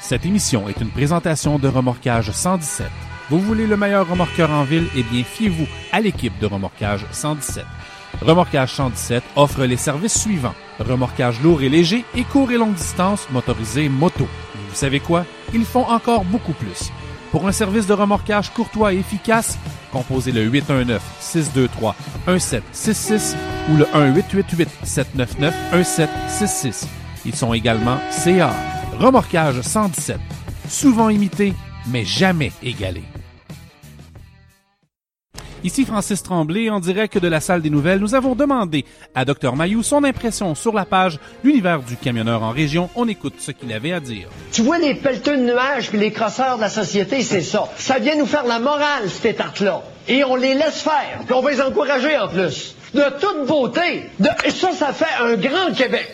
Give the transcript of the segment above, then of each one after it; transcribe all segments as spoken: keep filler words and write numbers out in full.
Cette émission est une présentation de Remorquage cent dix-sept. Vous voulez le meilleur remorqueur en ville? Eh bien, fiez-vous à l'équipe de Remorquage cent dix-sept. Remorquage cent dix-sept offre les services suivants. Remorquage lourd et léger et court et longue distance, motorisé, moto. Mais vous savez quoi? Ils font encore beaucoup plus. Pour un service de remorquage courtois et efficace, composez le huit un neuf, six deux trois, un sept six six ou le un huit huit huit, sept neuf neuf, un sept six six. Ils sont également C A. Remorquage cent dix-sept. Souvent imité, mais jamais égalé. Ici Francis Tremblay, en direct de la salle des nouvelles. Nous avons demandé à Dr Mayou son impression sur la page L'univers du camionneur en région. On écoute ce qu'il avait à dire. Tu vois les pelleteux de nuages puis les crosseurs de la société, c'est ça. Ça vient nous faire la morale, ces tartes-là. Et on les laisse faire. Puis on va les encourager en plus. De toute beauté. De... Et ça, ça fait un grand Québec.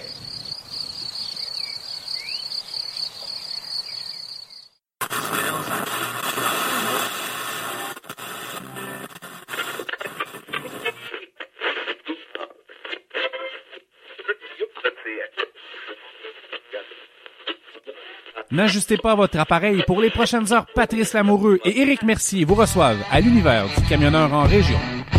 N'ajustez pas votre appareil. Pour les prochaines heures, Patrice Lamoureux et Éric Mercier vous reçoivent à l'univers du camionneur en région.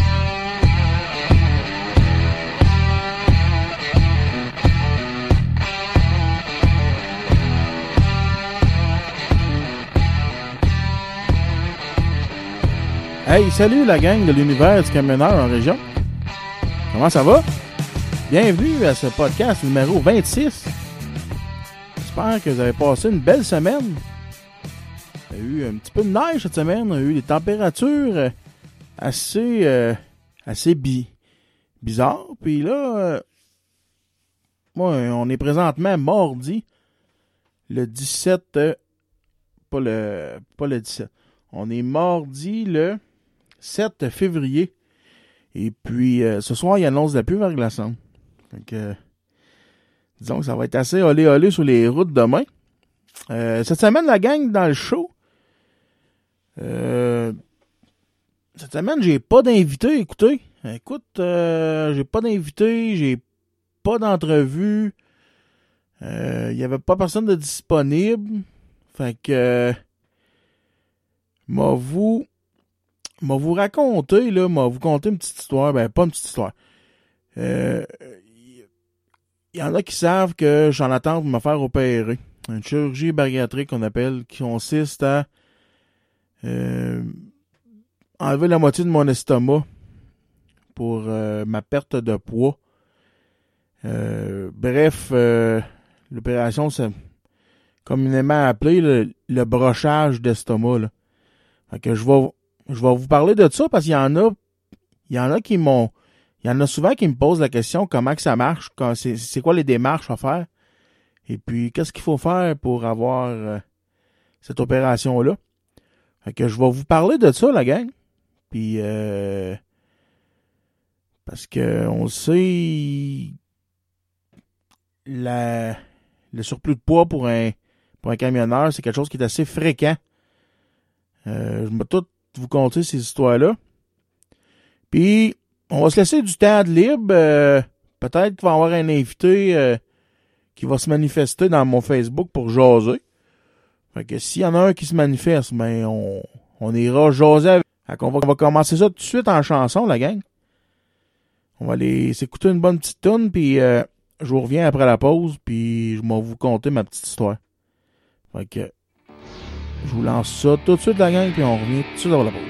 Hey, salut la gang de l'univers du camionneur en région. Comment ça va? Bienvenue à ce podcast numéro vingt-six. J'espère que vous avez passé une belle semaine. Il y a eu un petit peu de neige cette semaine. Il y a eu des températures assez euh, assez bi- bizarres. Puis là, euh, moi, on est présentement mardi, le dix-sept... Euh, pas le pas le dix-sept. On est mardi le sept février. Et puis, euh, ce soir, il annonce de la pluie verglaçante. Donc, euh, disons que ça va être assez olé olé sur les routes demain. Euh, cette semaine, la gang dans le show. Euh, cette semaine, j'ai pas d'invité. Écoutez, écoute, euh, j'ai pas d'invité, j'ai pas d'entrevue. Il euh, y avait pas personne de disponible. Fait que, euh, m'a vous, m'a vous raconter là, m'a vous conter une petite histoire. Ben pas une petite histoire. Euh, Il y en a qui savent que j'en attends pour me faire opérer. Une chirurgie bariatrique qu'on appelle, qui consiste à euh, enlever la moitié de mon estomac pour euh, ma perte de poids. Euh, bref, euh, l'opération, c'est communément appelé le, le brochage d'estomac. Là. Fait que je vais, je vais vous parler de ça parce qu'il y en a, il y en a qui m'ont Il y en a souvent qui me posent la question comment que ça marche, quand c'est, c'est quoi les démarches à faire, et puis qu'est-ce qu'il faut faire pour avoir euh, cette opération-là. Fait que je vais vous parler de ça, la gang. Puis euh, parce que on sait la, le surplus de poids pour un pour un camionneur, c'est quelque chose qui est assez fréquent. Euh, je vais tout vous conter ces histoires-là. Puis on va se laisser du temps de libre. Euh, peut-être qu'il va y avoir un invité euh, qui va se manifester dans mon Facebook pour jaser. Fait que s'il y en a un qui se manifeste, ben on, on ira jaser avec. Fait qu'on va, on va commencer ça tout de suite en chanson, la gang. On va aller s'écouter une bonne petite toune, puis euh, je vous reviens après la pause, puis je vais vous conter ma petite histoire. Fait que je vous lance ça tout de suite, la gang, puis on revient tout de suite après la pause.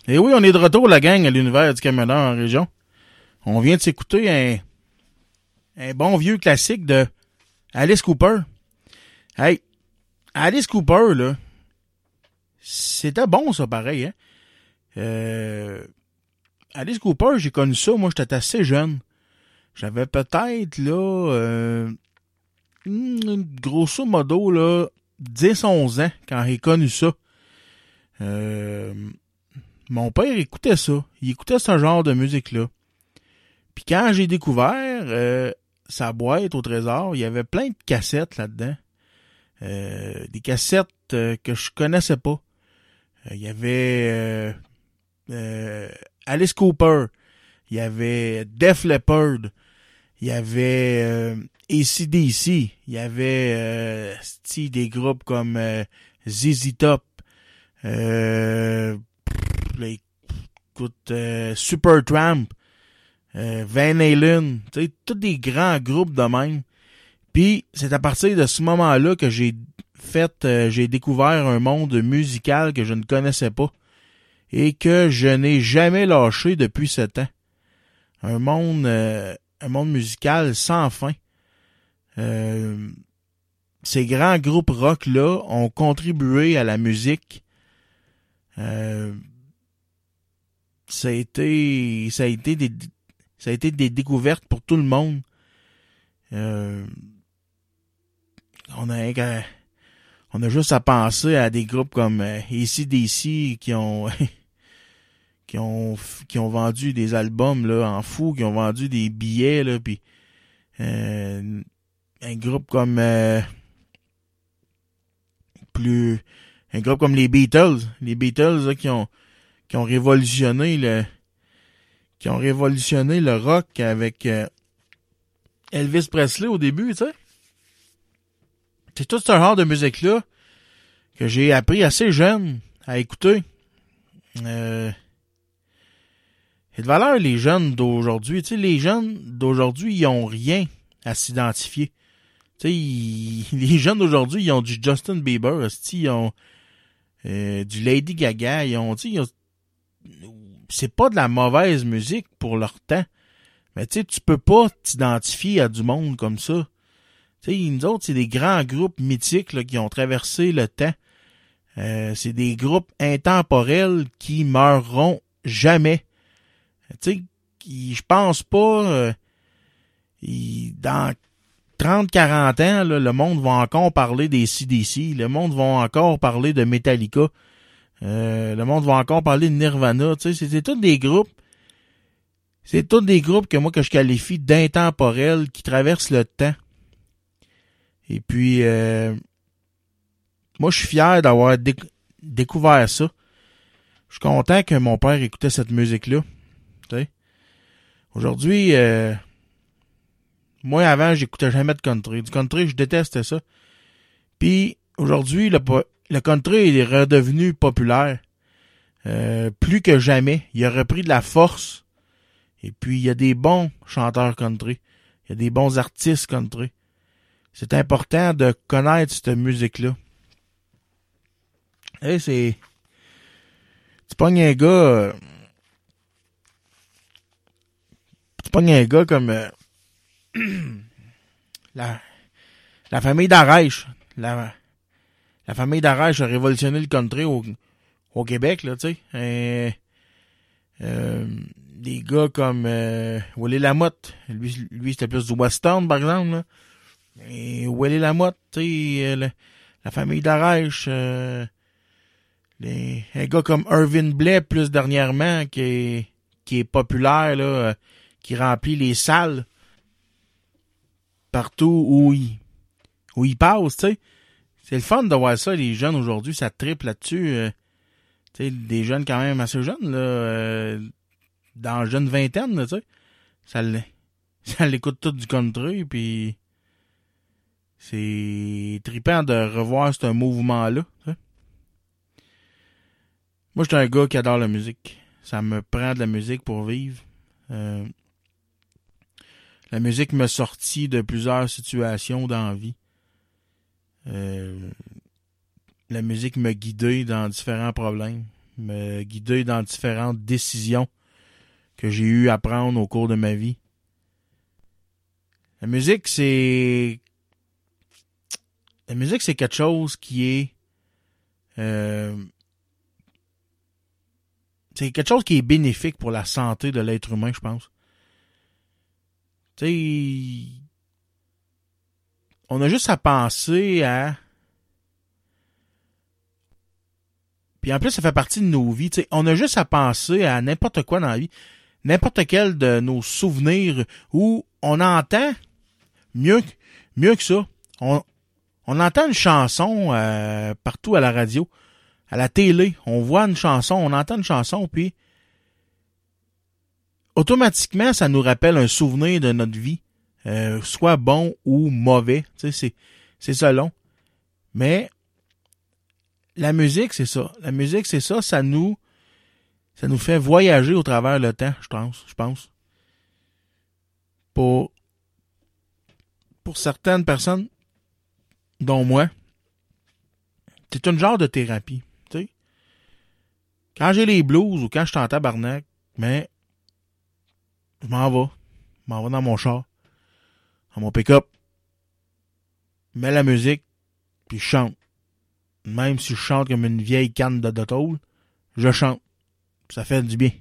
Et oui, on est de retour, la gang, à l'univers du camionneur en région. On vient de s'écouter un, un bon vieux classique de Alice Cooper. Hey, Alice Cooper, là, c'était bon, ça, pareil, hein. Euh, Alice Cooper, j'ai connu ça, moi, j'étais assez jeune. J'avais peut-être, là, euh, grosso modo, là, dix onze ans, quand j'ai connu ça. Euh, mon père écoutait ça. Il écoutait ce genre de musique-là. Puis quand j'ai découvert euh, sa boîte au trésor, il y avait plein de cassettes là-dedans. Euh, des cassettes euh, que je connaissais pas. Euh, il y avait euh, euh, Alice Cooper. Il y avait Def Leppard. Il y avait euh, A C D C. Il y avait euh, des groupes comme euh, Z Z Top. Euh, pff, écoute, euh, Supertramp. Euh, Van Halen. Tu sais, tous des grands groupes de même. Puis c'est à partir de ce moment-là que j'ai fait, euh, j'ai découvert un monde musical que je ne connaissais pas et que je n'ai jamais lâché depuis ce temps. Un monde, euh, un monde musical sans fin. Euh, ces grands groupes rock-là ont contribué à la musique. Euh, ça a été, ça a été des, ça a été des découvertes pour tout le monde. Euh, on a, on a juste à penser à des groupes comme A C D C qui ont, qui ont, qui ont vendu des albums là en fou, qui ont vendu des billets là, puis euh, un groupe comme euh, plus, un groupe comme les Beatles, les Beatles là, qui ont, qui ont révolutionné le, qui ont révolutionné le rock avec euh, Elvis Presley au début, tu sais. C'est tout ce genre de musique-là que j'ai appris assez jeune à écouter. Euh, et de valeur, les jeunes d'aujourd'hui, tu sais, les jeunes d'aujourd'hui, ils ont rien à s'identifier. Tu sais, ils, les jeunes d'aujourd'hui, ils ont du Justin Bieber, ils ont euh, du Lady Gaga, ils ont, tu sais, ils ont, c'est pas de la mauvaise musique pour leur temps. Mais tu sais, tu peux pas t'identifier à du monde comme ça. Tu sais, nous autres, c'est des grands groupes mythiques là, qui ont traversé le temps. Euh, c'est des groupes intemporels qui meurront jamais. Tu sais, je pense pas... Euh, ils, dans trente quarante ans, là, le monde va encore parler des A C D C. Le monde va encore parler de Metallica. Euh, le monde va encore parler de Nirvana. Tu sais, c'est, c'est tous des groupes... C'est tous des groupes que moi, que je qualifie d'intemporels, qui traversent le temps. Et puis, euh, moi, je suis fier d'avoir déc- découvert ça. Je suis content que mon père écoutait cette musique-là. Tu sais. Aujourd'hui, euh, moi, avant, j'écoutais jamais de country. Du country, je détestais ça. Puis, aujourd'hui, le, le country est redevenu populaire. Euh, plus que jamais. Il a repris de la force. Et puis, il y a des bons chanteurs country. Il y a des bons artistes country. C'est important de connaître cette musique-là. Hey, c'est... Tu pognes un gars... Euh... Tu pognes un gars comme... Euh... la... La famille d'Arèche. La... La famille d'Arèche a révolutionné le country au, au Québec, là, tu sais. Euh... Euh... Des gars comme euh... Willie Lamotte. Lui, lui c'était plus du western, par exemple, là. Et Willie Lamotte, tu sais, euh, la, la famille d'Arèche, euh, les, un gars comme Irvin Blais, plus dernièrement, qui est, qui est populaire, là, euh, qui remplit les salles partout où il, où il passe, tu sais. C'est le fun de voir ça, les jeunes aujourd'hui, ça triple là-dessus. Euh, tu sais, des jeunes quand même assez jeunes, là, euh, dans la jeune vingtaine, tu sais. Ça, ça l'écoute tout du country, puis... C'est trippant de revoir ce mouvement-là. Hein? Moi, je suis un gars qui adore la musique. Ça me prend de la musique pour vivre. Euh, la musique m'a sorti de plusieurs situations dans la vie. Euh, la musique m'a guidé dans différents problèmes. me guider dans différentes décisions que j'ai eu à prendre au cours de ma vie. La musique, c'est... La musique, c'est quelque chose qui est... Euh... C'est quelque chose qui est bénéfique pour la santé de l'être humain, je pense. Tu sais... On a juste à penser à... Puis en plus, ça fait partie de nos vies. T'sais, on a juste à penser à n'importe quoi dans la vie. N'importe quel de nos souvenirs où on entend mieux, mieux que ça. On, on entend une chanson euh, partout à la radio, à la télé. On voit une chanson, on entend une chanson, puis automatiquement, ça nous rappelle un souvenir de notre vie, euh, soit bon ou mauvais. Tu sais, c'est, c'est selon. Mais la musique, c'est ça. La musique, c'est ça. Ça nous, ça nous fait voyager au travers le temps, je pense. Je pense. Pour, pour certaines personnes, dont moi, c'est un genre de thérapie. Tu sais, quand j'ai les blues ou quand je suis en tabarnak, mais je m'en vais. Je m'en vais dans mon char, dans mon pick-up, je mets la musique, puis je chante. Même si je chante comme une vieille canne de de tôle, je chante. Ça fait du bien.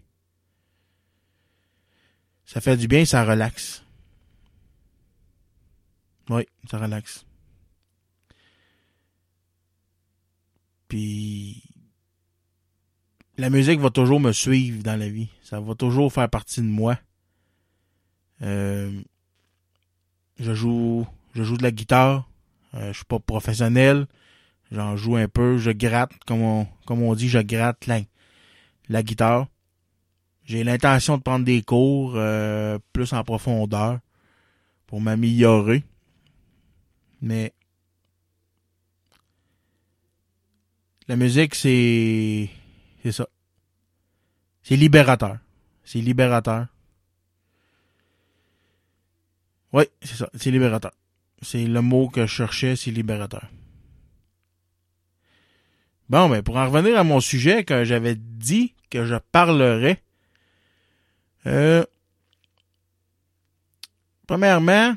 Ça fait du bien, ça relaxe. Oui, ça relaxe. Puis la musique va toujours me suivre dans la vie. Ça va toujours faire partie de moi. Euh, je joue, je joue de la guitare. Euh, je suis pas professionnel. J'en joue un peu, je gratte, comme on, comme on dit, je gratte la, la guitare. J'ai l'intention de prendre des cours euh, plus en profondeur pour m'améliorer. Mais la musique, c'est c'est ça. C'est libérateur. C'est libérateur. Oui, c'est ça, c'est libérateur. C'est le mot que je cherchais, c'est libérateur. Bon, ben, pour en revenir à mon sujet que j'avais dit que je parlerais, euh, premièrement,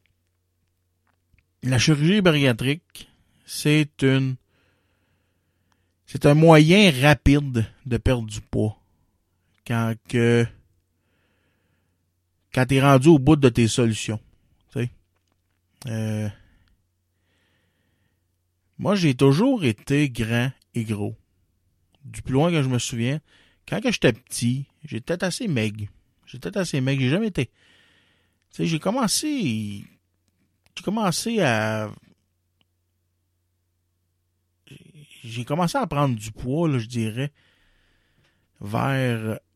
la chirurgie bariatrique, c'est une, c'est un moyen rapide de perdre du poids. Quand que, quand t'es rendu au bout de tes solutions, tu sais. Euh, Moi, j'ai toujours été grand et gros. Du plus loin que je me souviens, quand que j'étais petit, j'étais assez maigre. J'étais assez maigre. J'ai jamais été... Tu sais, j'ai commencé... J'ai commencé à... J'ai commencé à prendre du poids, là, je dirais, vers...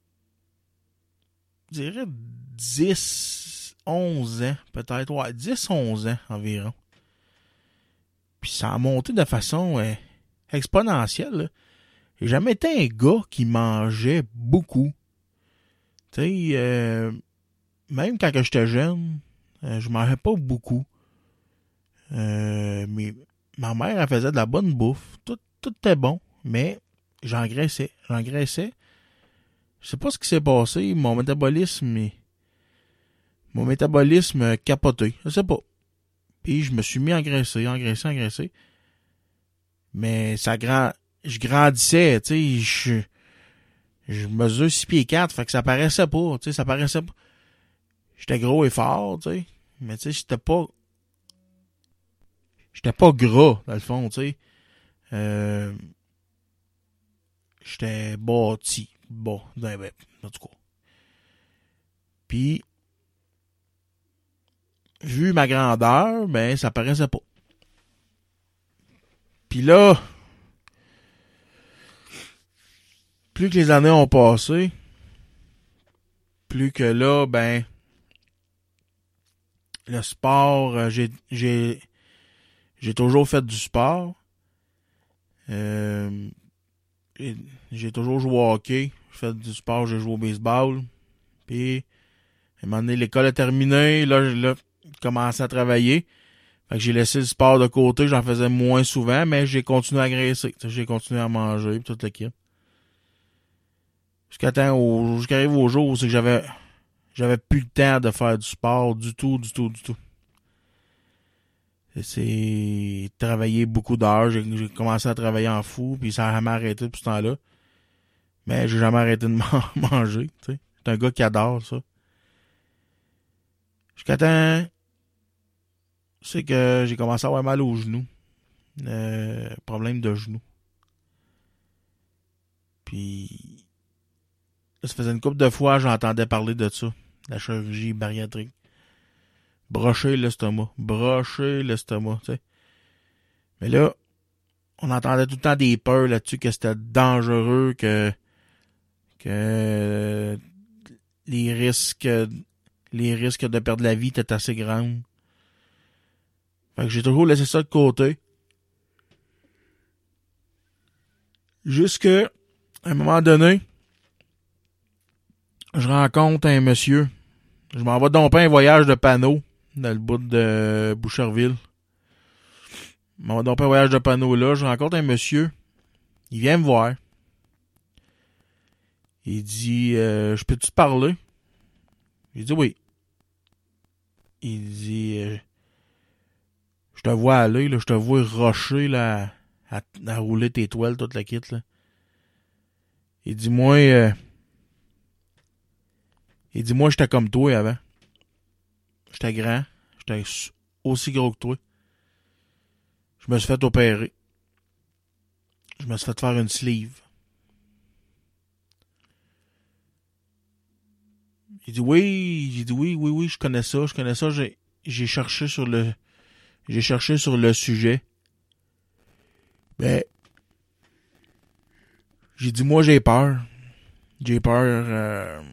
Je dirais dix, onze ans, peut-être. Ouais, dix, onze ans environ. Puis ça a monté de façon euh, exponentielle. Là. J'ai jamais été un gars qui mangeait beaucoup. Tu sais, euh, même quand j'étais jeune, euh, je mangeais pas beaucoup. Euh, mais ma mère, elle faisait de la bonne bouffe. Tout, tout était bon, mais j'engraissais. J'engraissais. Je sais pas ce qui s'est passé. Mon métabolisme, mon métabolisme a capoté. Je sais pas. Puis je me suis mis à engraisser, engraisser, engraisser. Mais ça grand, je grandissais, tu sais, je, je mesure six pieds quatre, fait que ça paraissait pas, tu sais, ça paraissait pas. J'étais gros et fort, tu sais, mais tu sais, j'étais pas, j'étais pas gras, dans le fond, tu sais. Euh, j'étais bâti, bas, ben, ben, en tout cas. Puis, vu ma grandeur, ben, ça paraissait pas. Puis là, plus que les années ont passé, plus que là, ben, le sport, j'ai, j'ai, j'ai toujours fait du sport. Euh, j'ai, j'ai toujours joué au hockey. J'ai fait du sport, j'ai joué au baseball. Puis, à un moment donné, l'école a terminé. Là, là, j'ai commencé à travailler. Fait que j'ai laissé le sport de côté. J'en faisais moins souvent, mais j'ai continué à graisser. J'ai continué à manger, pis tout le kit. Jusqu'à temps au, jusqu'arrive au jour où c'est que j'avais, j'avais plus le temps de faire du sport du tout, du tout, du tout. Et c'est travailler beaucoup d'heures. J'ai, j'ai commencé à travailler en fou, puis ça a jamais arrêté depuis ce temps-là. Mais j'ai jamais arrêté de manger, tu sais. C'est un gars qui adore ça. Jusqu'à temps, c'est que j'ai commencé à avoir mal aux genoux. Euh, problème de genoux. Puis, là, ça faisait une couple de fois j'entendais parler de ça. La chirurgie bariatrique. Brocher l'estomac. Brocher l'estomac, tu sais. Mais là, on entendait tout le temps des peurs là-dessus, que c'était dangereux, que que les risques les risques de perdre la vie étaient assez grands. Fait que j'ai toujours laissé ça de côté. Jusqu'à un moment donné, je rencontre un monsieur. Je m'en vais donc pas un voyage de panneau dans le bout de Boucherville. Je m'en vais donc pas un voyage de panneau là. Je rencontre un monsieur. Il vient me voir. Il dit, euh, je peux-tu te parler? J'ai dit oui. Il dit, euh, je te vois aller, là, je te vois rocher, là, à, à rouler tes toiles, toute la kit, là. Il dit, moi, euh, il dit, moi, j'étais comme toi avant. J'étais grand. J'étais aussi gros que toi. Je me suis fait opérer. Je me suis fait faire une sleeve. Il dit oui, j'ai dit oui, oui, oui, je connais ça, je connais ça, j'ai, j'ai cherché sur le, j'ai cherché sur le sujet. Ben, j'ai dit moi j'ai peur, j'ai peur, euh,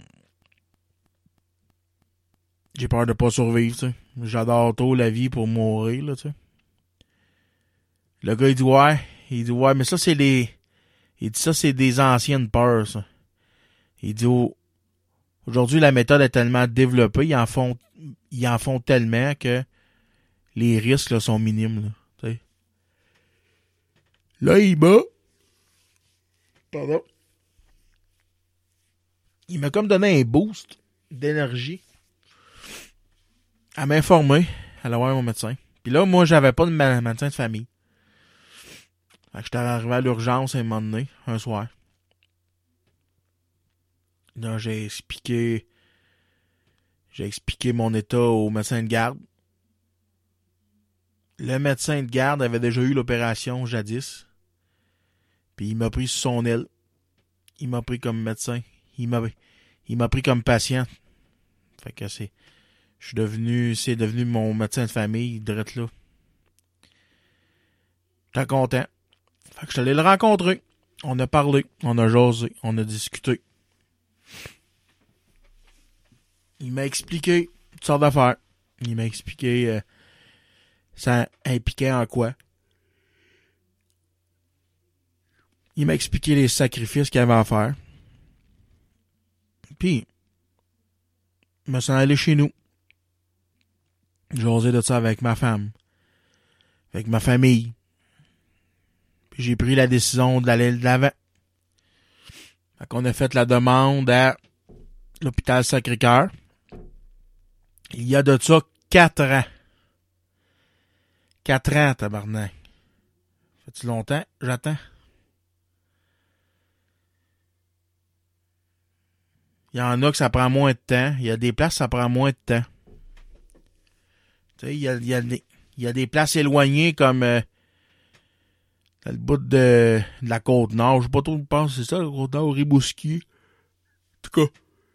j'ai peur de pas survivre, tu sais. J'adore tôt la vie pour mourir, là, tu sais. Le gars il dit ouais, il dit ouais, mais ça c'est les, il dit ça c'est des anciennes peurs, ça. Il dit oh, aujourd'hui, la méthode est tellement développée, ils en font, ils en font tellement que les risques là, sont minimes. Là, t'sais. Là, il m'a... Pardon. Il m'a comme donné un boost d'énergie à m'informer, à aller voir mon médecin. Puis là, moi, j'avais pas de médecin de famille. Fait que j'étais arrivé à l'urgence à un moment donné, un soir. Là, j'ai expliqué... J'ai expliqué mon état au médecin de garde. Le médecin de garde avait déjà eu l'opération jadis. Puis il m'a pris sous son aile. Il m'a pris comme médecin. Il m'a, il m'a pris comme patient. Fait que c'est... Je suis devenu... C'est devenu mon médecin de famille, direct là. J'étais content. Fait que je suis allé le rencontrer. On a parlé. On a jasé. On a discuté. Il m'a expliqué toutes sortes d'affaires. Il m'a expliqué euh, ça impliquait en quoi. Il m'a expliqué les sacrifices qu'il y avait à faire. Puis, je me suis allé chez nous. J'ai osé de ça avec ma femme. Avec ma famille. Puis j'ai pris la décision d'aller de l'avant. Fait qu'on a fait la demande à l'hôpital Sacré-Cœur. Il y a de ça quatre ans. Quatre ans, tabarnak. Fait-tu longtemps? J'attends. Il y en a que ça prend moins de temps. Il y a des places ça prend moins de temps. Tu sais, il y a, il y a, des, il y a des places éloignées comme euh, dans le bout de, de la Côte-Nord. Je sais pas trop où je pense, c'est ça, la Côte-Nord, Rimouski. En tout cas.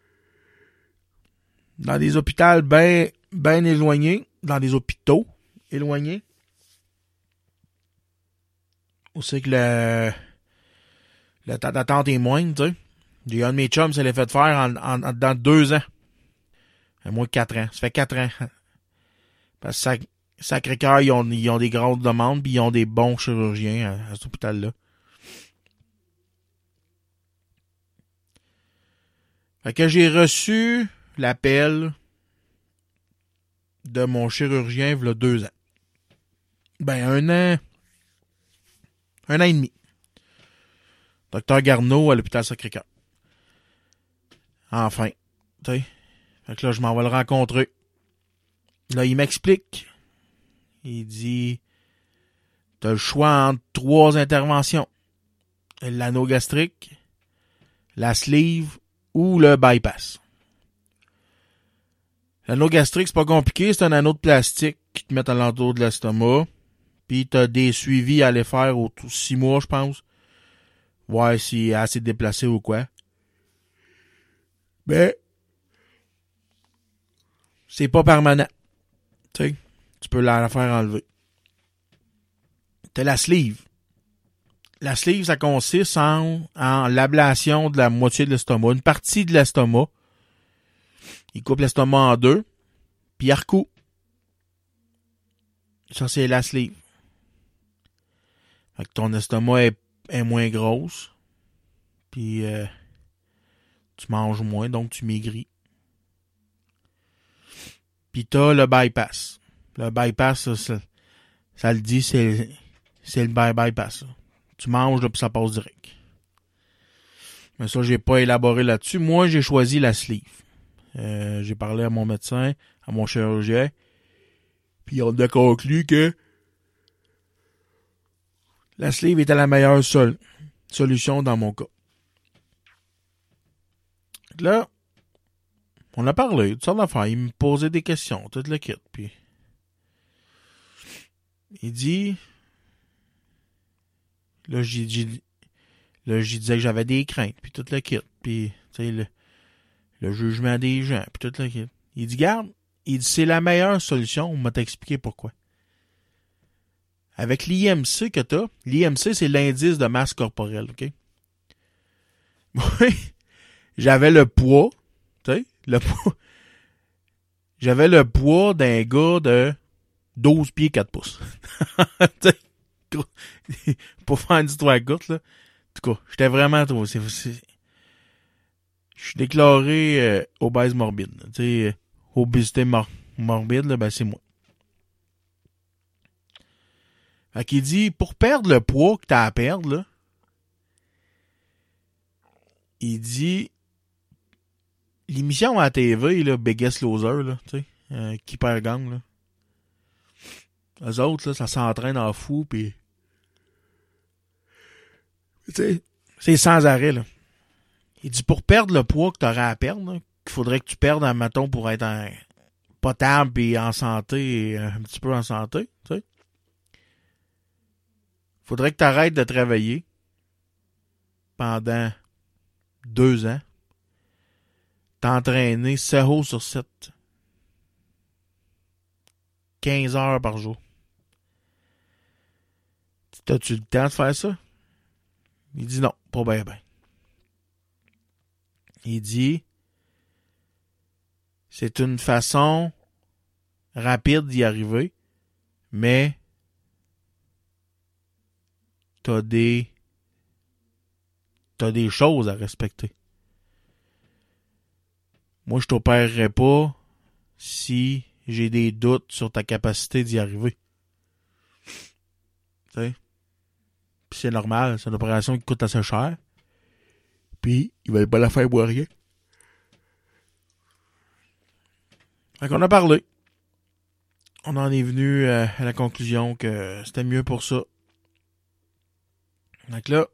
Dans des hôpitaux bien ben éloignés, dans des hôpitaux éloignés, où c'est que le, le temps d'attente est moindre, tu sais. J'ai un de mes chums, ça l'a fait faire en, en, en, dans deux ans. À moins quatre ans. Ça fait quatre ans. Parce que Sacré-Cœur, ils ont, ils ont des grandes demandes, puis ils ont des bons chirurgiens à, à cet hôpital-là. Fait que j'ai reçu l'appel de mon chirurgien il y a deux ans. Ben, un an. Un an et demi. Docteur Garneau à l'hôpital Sacré-Cœur. Enfin. Tu sais. Fait que là, je m'en vais le rencontrer. Là, il m'explique. Il dit, t'as le choix entre trois interventions. L'anneau gastrique, la sleeve ou le bypass. L'anneau gastrique, c'est pas compliqué. C'est un anneau de plastique qui te met à l'entour de l'estomac. Puis t'as des suivis à aller faire aux six mois, je pense. Voir s'il est assez déplacé ou quoi. Mais c'est pas permanent. Tu sais, tu peux la faire enlever. T'as la sleeve. La sleeve, ça consiste en, en l'ablation de la moitié de l'estomac. Une partie de l'estomac. Il coupe l'estomac en deux. Puis il recoue. Ça, c'est la sleeve. Fait que ton estomac est, est moins grosse. Puis euh, tu manges moins, donc tu maigris. Puis t'as le bypass. Le bypass, ça, ça, ça le dit, c'est, c'est le bypass. Ça. Tu manges, là, puis ça passe direct. Mais ça, j'ai pas élaboré là-dessus. Moi, j'ai choisi la sleeve. Euh, j'ai parlé à mon médecin, à mon chirurgien, puis on a conclu que la sleeve était la meilleure seule solution dans mon cas. Là, on a parlé de toutes sortes d'affaires. Il me posait des questions, tout le kit. Puis il dit, là, j'ai, j'ai, là, j'ai disais que j'avais des craintes, puis tout le kit. Puis, tu sais, le, le jugement des gens, puis tout le kit. Il dit, garde, il dit, c'est la meilleure solution. On m'a t'expliqué pourquoi. Avec l'I M C que t'as, l'I M C, c'est l'indice de masse corporelle, OK? Oui, j'avais le poids, tu sais, le poids. J'avais le poids d'un gars de douze pieds quatre pouces. Pour faire une histoire courte, là. En tout cas, j'étais vraiment trop. C'est, c'est... Je suis déclaré euh, obèse morbide. Tu sais, euh, obésité mor- morbide, là, ben c'est moi. Fait qu'il dit, pour perdre le poids que t'as à perdre, là, il dit, l'émission à la T V, là, Biggest Loser, là, tu sais, euh, qui perd gang, là. Eux autres, là, ça s'entraîne en fou, pis tu sais, c'est sans arrêt, là. Il dit, pour perdre le poids que t'aurais à perdre, là, qu'il faudrait que tu perdes un maton pour être en potable et en santé, et un petit peu en santé, tu sais. Faudrait que tu arrêtes de travailler pendant deux ans. T'entraîner sept jours sur sept. quinze heures par jour. T'as-tu le temps de faire ça? Il dit non, pas bien, bien. Il dit, c'est une façon rapide d'y arriver, mais t'as des t'as des choses à respecter. Moi, je t'opérerai pas si j'ai des doutes sur ta capacité d'y arriver. Tu sais? Puis c'est normal, c'est une opération qui coûte assez cher. Puis, ils veulent pas la faire boire rien. Fait qu'on a parlé. On en est venu à la conclusion que c'était mieux pour ça. Donc là,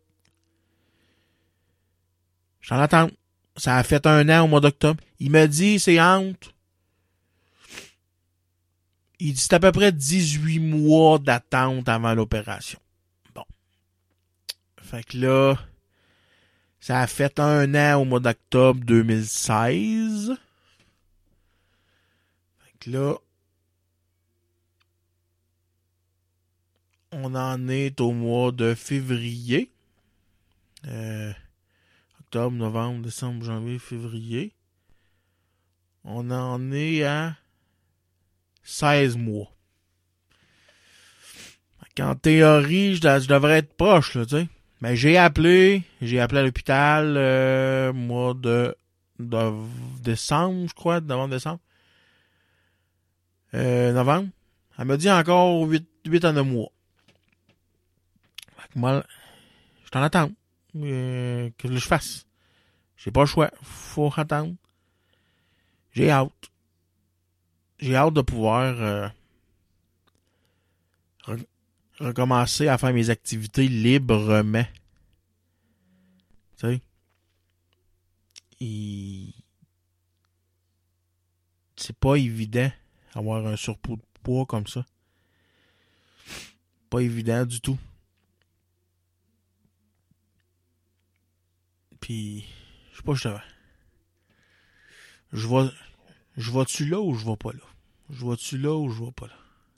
j'en attends. Ça a fait un an au mois d'octobre. Il m'a dit, c'est entre. Il dit, c'est à peu près dix-huit mois d'attente avant l'opération. Bon. Fait que là, ça a fait un an au mois d'octobre deux mille seize. Fait que là, on en est au mois de février. Euh, octobre, novembre, décembre, janvier, février. On en est à seize mois. En théorie, je, je devrais être proche, là, tu sais. Mais j'ai appelé, j'ai appelé à l'hôpital, euh, mois de, de décembre, je crois, novembre, décembre. Euh, novembre. Elle m'a dit encore huit, huit à neuf mois. Fait que moi, je t'en attends. Euh, que je fasse. J'ai pas le choix. Faut attendre. J'ai hâte. J'ai hâte de pouvoir euh, re- recommencer à faire mes activités librement. Tu sais. Et... C'est pas évident avoir un surpoids de poids comme ça. Pas évident du tout. Puis, je sais pas, je je vais, je vais-tu là ou je vais pas là? Je vais-tu là ou je vais pas là?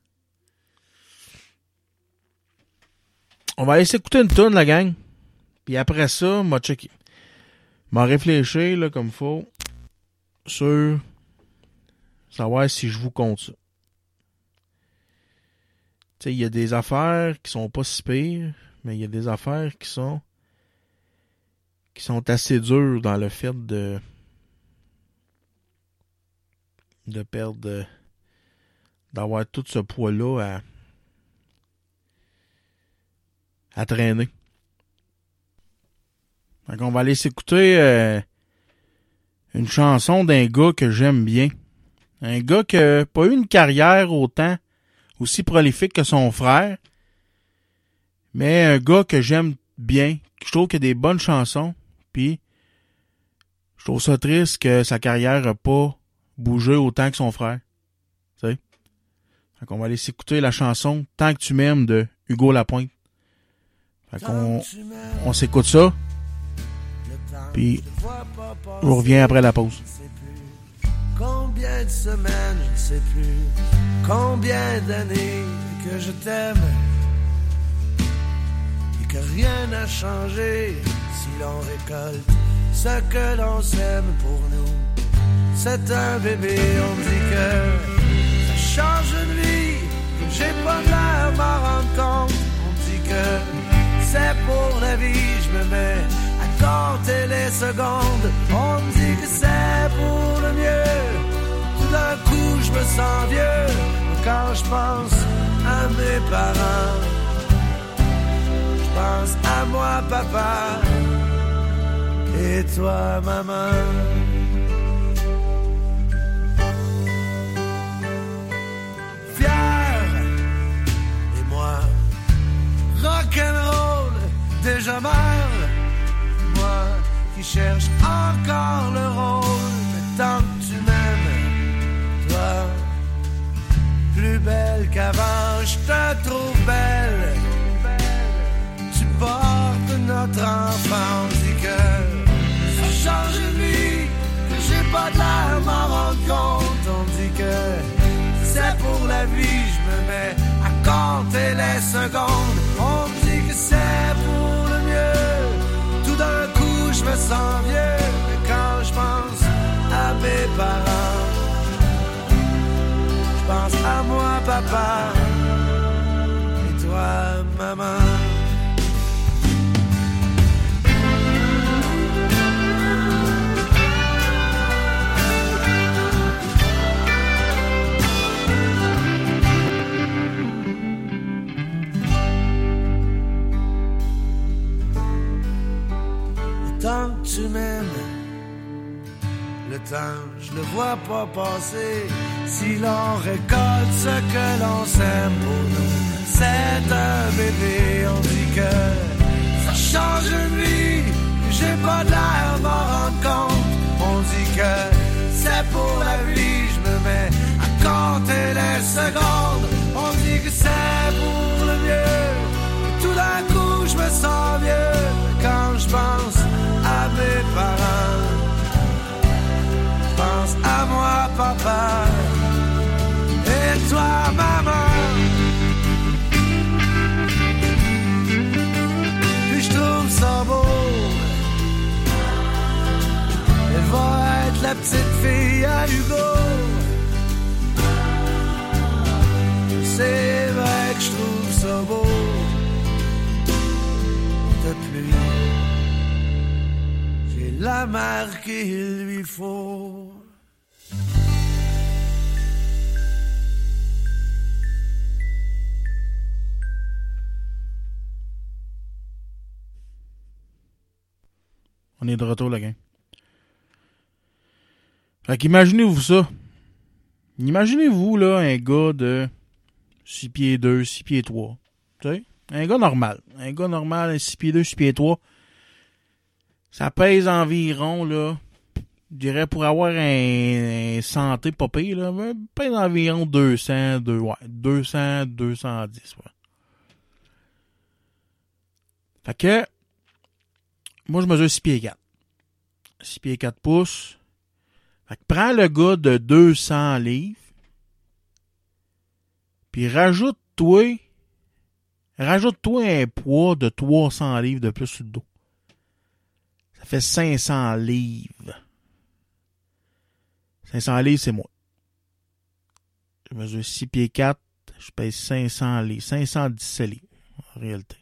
On va aller s'écouter une toune, la gang. Puis après ça, m'a checké. M'a réfléchi, là, comme faut, sur savoir si je vous compte ça. Tu sais, il y a des affaires qui sont pas si pires, mais il y a des affaires qui sont qui sont assez dures dans le fait de de perdre d'avoir tout ce poids-là à à traîner. Donc on va aller s'écouter euh, une chanson d'un gars que j'aime bien. Un gars qui n'a pas eu une carrière autant aussi prolifique que son frère, mais un gars que j'aime bien. Je trouve qu'il a des bonnes chansons, puis je trouve ça triste que sa carrière n'a pas bougé autant que son frère. Tu sais? Fait qu'on va aller s'écouter la chanson « Tant que tu m'aimes » de Hugo Lapointe. Fait qu'on on s'écoute ça, puis je reviens après la pause. Combien de semaines, je ne sais plus, combien d'années que je t'aime et que rien n'a changé si l'on récolte ce que l'on sème pour nous. C'est un bébé, on dit que ça change une vie, que j'ai pas l'air m'en rendre compte. On dit que c'est pour la vie, je me mets à compter les secondes. On me dit que c'est pour le mieux. Tout d'un coup, je me sens vieux quand je pense à mes parents. Je pense à moi, papa, et toi, maman. Fier, et moi, rock'n'roll, déjà mort. Moi qui cherche encore le rôle, mais tant que tu m'aimes, toi, plus belle qu'avant, je te trouve belle. Tu portes notre enfant, on dit que ça change une vie, que j'ai pas de l'air m'en rendre compte. On dit que c'est pour la vie, je me mets à compter les secondes. On me dit que c'est pour le mieux. Tout d'un coup, je me sens vieux, mais quand je pense à mes parents, je pense à moi, papa, et toi, maman. Le temps que tu m'aimes, le temps, je le vois pas passer. Si l'on récolte ce que l'on sème pour nous, c'est un bébé. On dit que ça change une vie, que j'ai pas de l'air m'en rendre compte. On dit que c'est pour la vie, je me mets à compter les secondes. On dit que c'est pour le mieux. Tout d'un coup, je me sens vieux quand je pense à mes parents. Je pense à moi, papa, et toi, maman. Puis je trouve ça beau. Elle va être la petite fille à Hugo. C'est vrai que je trouve ça beau. De pluie, j'ai la marque qu'il lui faut. On est de retour, la gang. Fait qu'imaginez-vous ça. Imaginez-vous, là, un gars de six pieds deux, six pieds trois. Tu sais? Un gars normal. Un gars normal, six pieds deux, six pieds trois. Ça pèse environ, là, je dirais, pour avoir un, un santé pas pire, là, ça pèse environ deux cents, deux, ouais, deux cents, deux cent dix, ouais. Fait que, moi, je mesure six pieds quatre. six pieds quatre pouces. Fait que prends le gars de deux cents livres, puis rajoute-toi, rajoute-toi un poids de trois cents livres de plus sur le dos. Ça fait cinq cents livres. cinq cents livres, c'est moi. Je mesure six pieds quatre, je pèse cinq cents livres. cinq cent dix-sept livres, en réalité.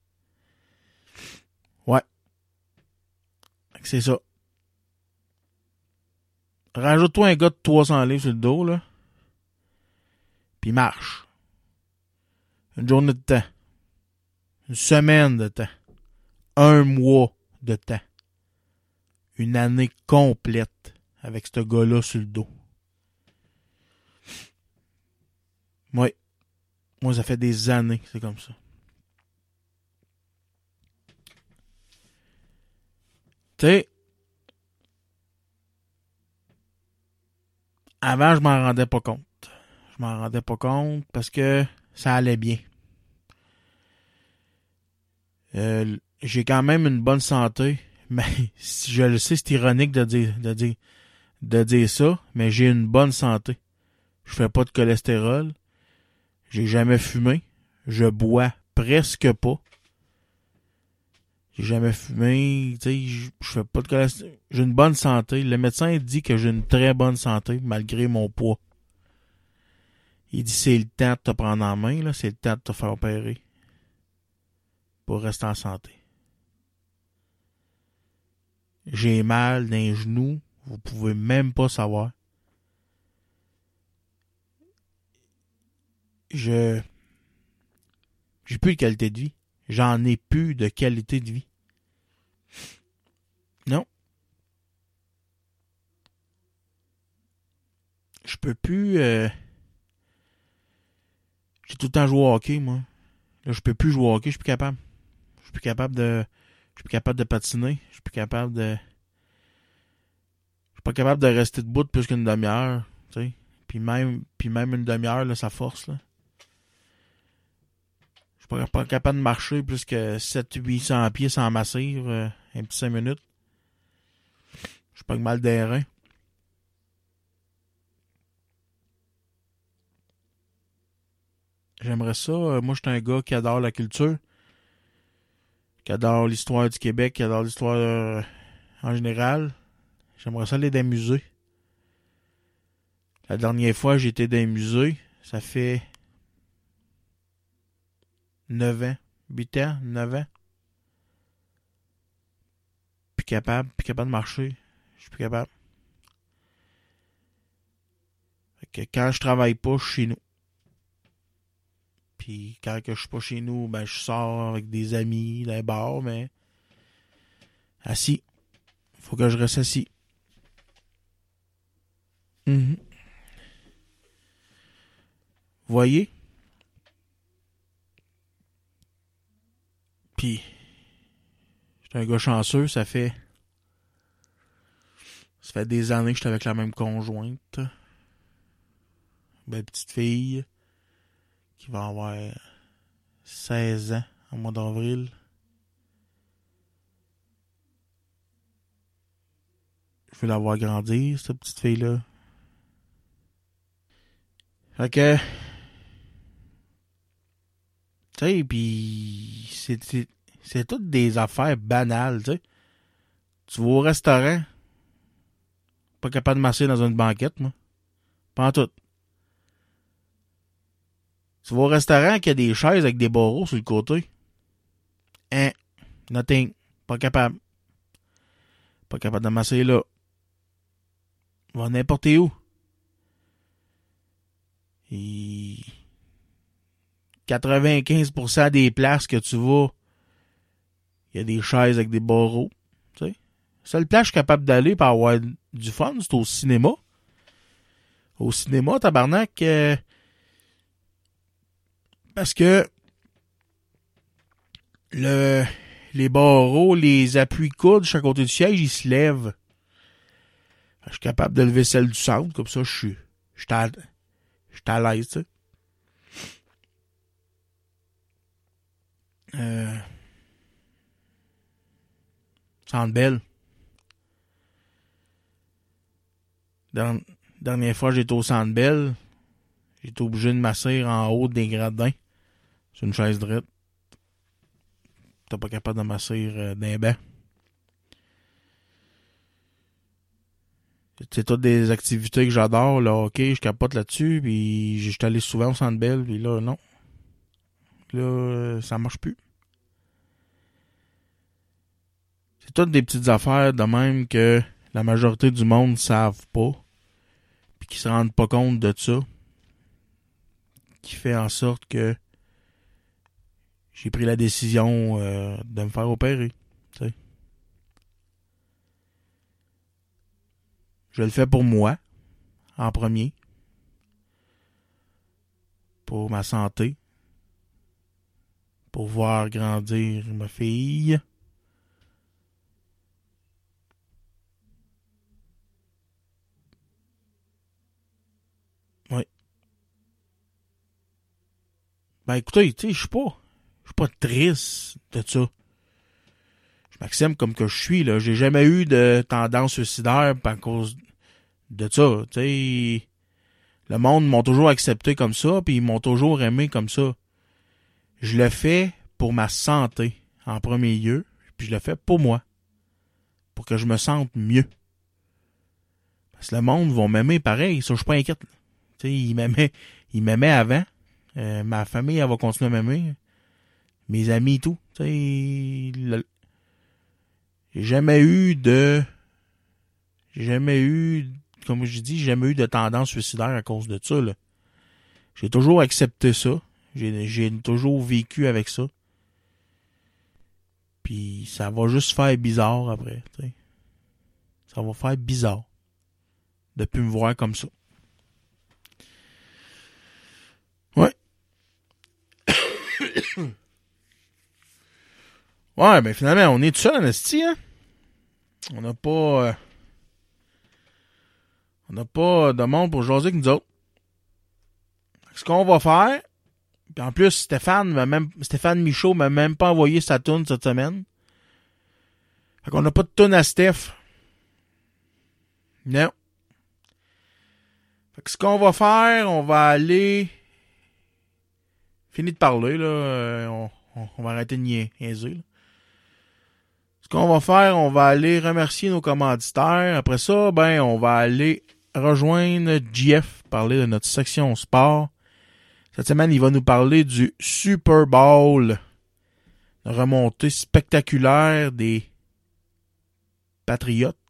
Ouais. C'est ça. Rajoute-toi un gars de trois cents livres sur le dos, là. Puis marche. Une journée de temps. Une semaine de temps. Un mois de temps. Une année complète avec ce gars-là sur le dos. Oui. Moi, ça fait des années que c'est comme ça. Tu sais, avant, je m'en rendais pas compte. Je m'en rendais pas compte parce que ça allait bien. Euh, j'ai quand même une bonne santé. Mais je le sais, c'est ironique de dire, de dire, de dire ça, mais j'ai une bonne santé. Je fais pas de cholestérol. J'ai jamais fumé. Je bois presque pas. J'ai jamais fumé. Tu sais, je, je fais pas de cholestérol. J'ai une bonne santé. Le médecin dit que j'ai une très bonne santé malgré mon poids. Il dit c'est le temps de te prendre en main, là, c'est le temps de te faire opérer pour rester en santé. J'ai mal dans les genoux, vous pouvez même pas savoir. Je j'ai plus de qualité de vie. J'en ai plus de qualité de vie. Non. Je peux plus euh... j'ai tout le temps joué au hockey, moi. Là, je peux plus jouer au hockey, je suis plus capable. Je suis plus capable de je suis plus capable de patiner, je suis plus capable de je suis pas capable de rester debout plus qu'une demi-heure, tu sais. Puis même puis même une demi-heure là, ça force là. Je suis pas, pas capable de marcher plus que sept à huit cents pieds sans massir, euh, un petit cinq minutes. Je suis pas mal des reins. J'aimerais ça. Euh, moi, je suis un gars qui adore la culture, qui adore l'histoire du Québec, qui adore l'histoire euh, en général. J'aimerais ça aller dans les musées. La dernière fois, j'étais dans les musées. Ça fait neuf ans, huit ans, neuf ans. Plus capable, plus capable de marcher. Je suis plus capable. Fait que quand je travaille pas, je suis chez nous. Puis quand que je suis pas chez nous, ben je sors avec des amis dans les bars, mais assis. Faut que je reste assis. Mm-hmm. Voyez? Puis j'étais un gars chanceux, ça fait ça fait des années que j'étais avec la même conjointe. Belle petite fille qui va avoir seize ans au mois d'avril. Je veux la voir grandir, cette petite fille-là. Fait que, tu sais, pis c'est, c'est, c'est toutes des affaires banales, tu sais. Tu vas au restaurant, pas capable de masser dans une banquette, moi. Pas en tout. Tu vas au restaurant qui a des chaises avec des barreaux sur le côté. Hein, nothing. Pas capable. Pas capable de masser là. Va n'importe où. Et quatre-vingt-quinze pour cent des places que tu vas, il y a des chaises avec des barreaux. Tu sais, seule place que je suis capable d'aller pour avoir du fun, c'est au cinéma. Au cinéma, tabarnak, euh, parce que le les barreaux, les appuis-coudes, chaque côté du siège, ils se lèvent. Je suis capable de lever celle du centre, comme ça, je suis je suis à, je suis à l'aise, tu sais. Euh, Centre Bell. Dernière, dernière fois, j'étais au Centre Bell. J'étais obligé de m'asseoir en haut des gradins. Sur une chaise droite. T'es pas capable de m'asseoir euh, d'un banc. C'est toutes des activités que j'adore. Là, ok, je capote là-dessus. Puis j'étais allé souvent au Centre Bell. Puis là, non. Là, euh, ça marche plus. C'est toutes des petites affaires de même que la majorité du monde ne savent pas. Puis qui se rendent pas compte de ça. Qui fait en sorte que j'ai pris la décision euh, de me faire opérer. T'sais. Je le fais pour moi, en premier. Pour ma santé. Pour voir grandir ma fille. Oui. Ben écoutez, tu sais, je suis pas... Je suis pas triste de ça. Je m'accepte comme que je suis, là. J'ai jamais eu de tendance suicidaire à cause de ça. Tu sais, le monde m'a toujours accepté comme ça, puis ils m'ont toujours aimé comme ça. Je le fais pour ma santé, en premier lieu, puis je le fais pour moi. Pour que je me sente mieux. Parce que le monde va m'aimer pareil, ça, je suis pas inquiète. Tu sais, ils m'aimaient, ils m'aimaient avant. Euh, ma famille, elle va continuer à m'aimer. Mes amis et tout. Tu sais, le... j'ai jamais eu de... J'ai jamais eu, comme je dis, j'ai jamais eu de tendance suicidaire à cause de ça, là. J'ai toujours accepté ça. J'ai, j'ai toujours vécu avec ça. Puis ça va juste faire bizarre après, tu sais. Ça va faire bizarre de plus me voir comme ça. Ouais. Ouais, ben finalement, on est tout seul en esti, hein? On n'a pas... Euh, on n'a pas de monde pour jaser avec nous autres. Ce qu'on va faire... Puis en plus, Stéphane m'a même Stéphane Michaud m'a même pas envoyé sa toune cette semaine. Fait qu'on n'a pas de toune à Steph. Non. Fait que ce qu'on va faire, on va aller... Fini de parler, là. On, on, on va arrêter de niaiser, là. Ce qu'on va faire, on va aller remercier nos commanditaires. Après ça, ben, on va aller rejoindre J F, parler de notre section sport. Cette semaine, il va nous parler du Super Bowl. Une remontée spectaculaire des Patriotes.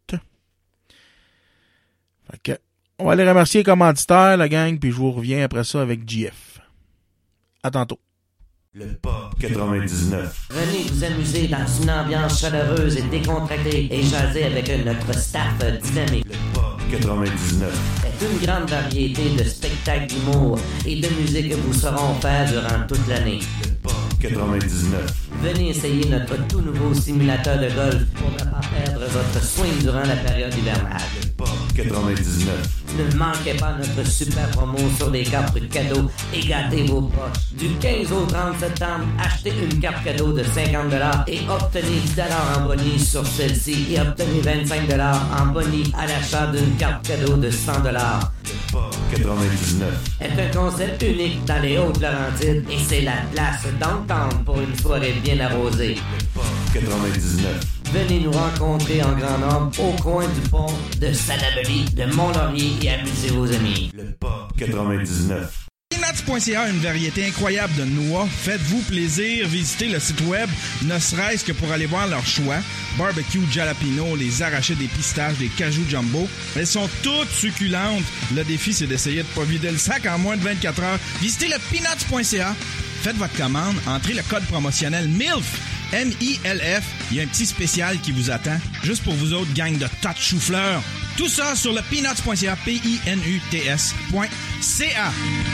Fait que, on va aller remercier les commanditaires, la gang, puis je vous reviens après ça avec J F. À tantôt. Le Pop quatre-vingt-dix-neuf. Venez vous amuser dans une ambiance chaleureuse et décontractée et jaser avec notre staff dynamique. Le Pop quatre-vingt-dix-neuf. C'est une grande variété de spectacles d'humour et de musique que vous saurons faire durant toute l'année. Le Pop quatre-vingt-dix-neuf. Venez essayer notre tout nouveau simulateur de golf pour ne pas perdre votre swing durant la période hivernale. Le Pop quatre-vingt-dix-neuf. Ne manquez pas notre super promo sur les cartes cadeaux et gâtez vos poches. Du quinze au trente septembre, achetez une carte cadeau de cinquante dollars et obtenez dix dollars en bonus sur celle-ci et obtenez vingt-cinq dollars en bonus à l'achat d'une carte cadeau de cent dollars. Le Pop quatre-vingt-dix-neuf. C'est un concept unique dans les Hautes-Laurentides et c'est la place d'entendre pour une soirée bien arrosée. Le Pop quatre-vingt-dix-neuf. Venez nous rencontrer en grand nombre au coin du pont de Salaberry, de Mont-Laurier et amusez vos amis. Le Pop quatre-vingt-dix-neuf. Peanuts point c a, une variété incroyable de noix. Faites-vous plaisir, visitez le site web, ne serait-ce que pour aller voir leur choix. Barbecue, jalapeno, les arrachés des pistaches, des cajou jumbo. Elles sont toutes succulentes. Le défi, c'est d'essayer de pas vider le sac en moins de vingt-quatre heures. Visitez le peanuts point c a. Faites votre commande, entrez le code promotionnel M I L F M I L F, il y a un petit spécial qui vous attend, juste pour vous autres, gang de tas de chou-fleurs. Tout ça sur le peanuts point c a, P I N U T S point C A.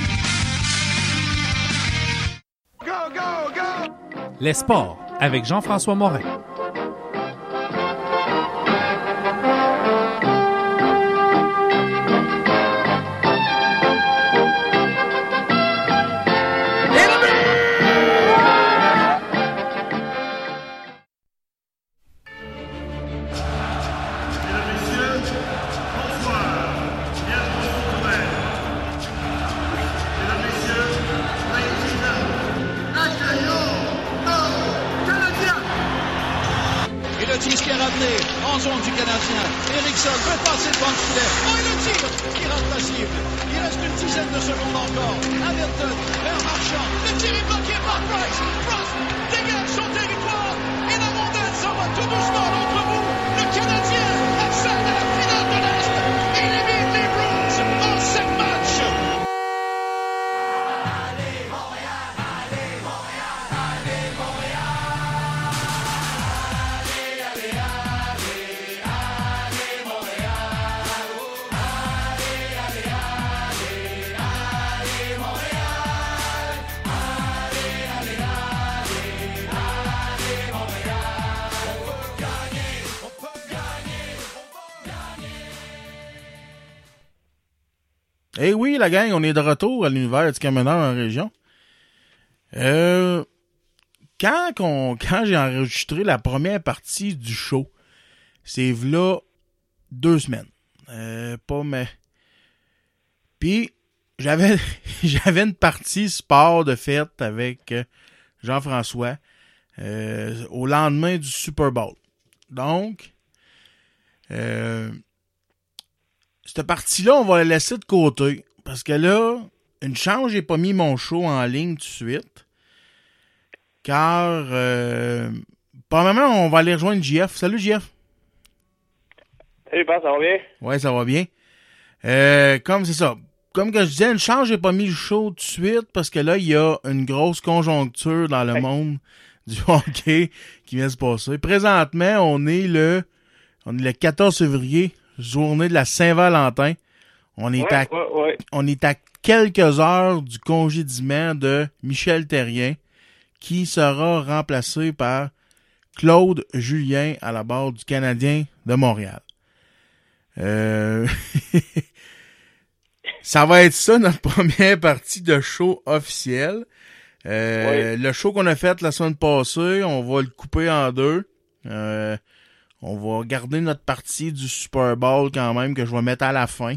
Go, go, go! Les sports avec Jean-François Morin. En zone du Canadien. Eriksson peut passer devant le filet. Oh, et le tir qui rate la cible. Il reste une dizaine de secondes encore. Hamilton vers Marchand. Le tir est bloqué par Price. Price dégage son territoire. Et la rondelle s'en va tout doucement l'autre bout. Le Canadien accède à la finale de l'Est. Il élimine les Bruins en sept matchs. Allez Montréal, allez Montréal, allez Montréal. Allez, allez, allez. Eh oui, la gang, on est de retour à l'univers du camionneur en région. Euh, quand, qu'on, quand j'ai enregistré la première partie du show, c'est v'là deux semaines. Euh, pas mais. Puis, j'avais, j'avais une partie sport de fête avec Jean-François euh, au lendemain du Super Bowl. Donc, euh, cette partie-là, on va la laisser de côté. Parce que là, une chance, j'ai pas mis mon show en ligne tout de suite. Car, euh, probablement, on va aller rejoindre J F. Salut, J F. Salut, Pat, ça va bien? Ouais, ça va bien. Euh, comme c'est ça. Comme que je disais, une chance, j'ai pas mis le show tout de suite. Parce que là, il y a une grosse conjoncture dans le ouais. monde du hockey qui vient se passer. Présentement, on est le, on est le quatorze février. Journée de la Saint-Valentin. On est, ouais, à, ouais, ouais. on est à quelques heures du congédiement de Michel Therrien, qui sera remplacé par Claude Julien à la barre du Canadien de Montréal. Euh... ça va être ça, notre première partie de show officiel. Euh, ouais. Le show qu'on a fait la semaine passée, on va le couper en deux. Euh... On va garder notre partie du Super Bowl quand même, que je vais mettre à la fin.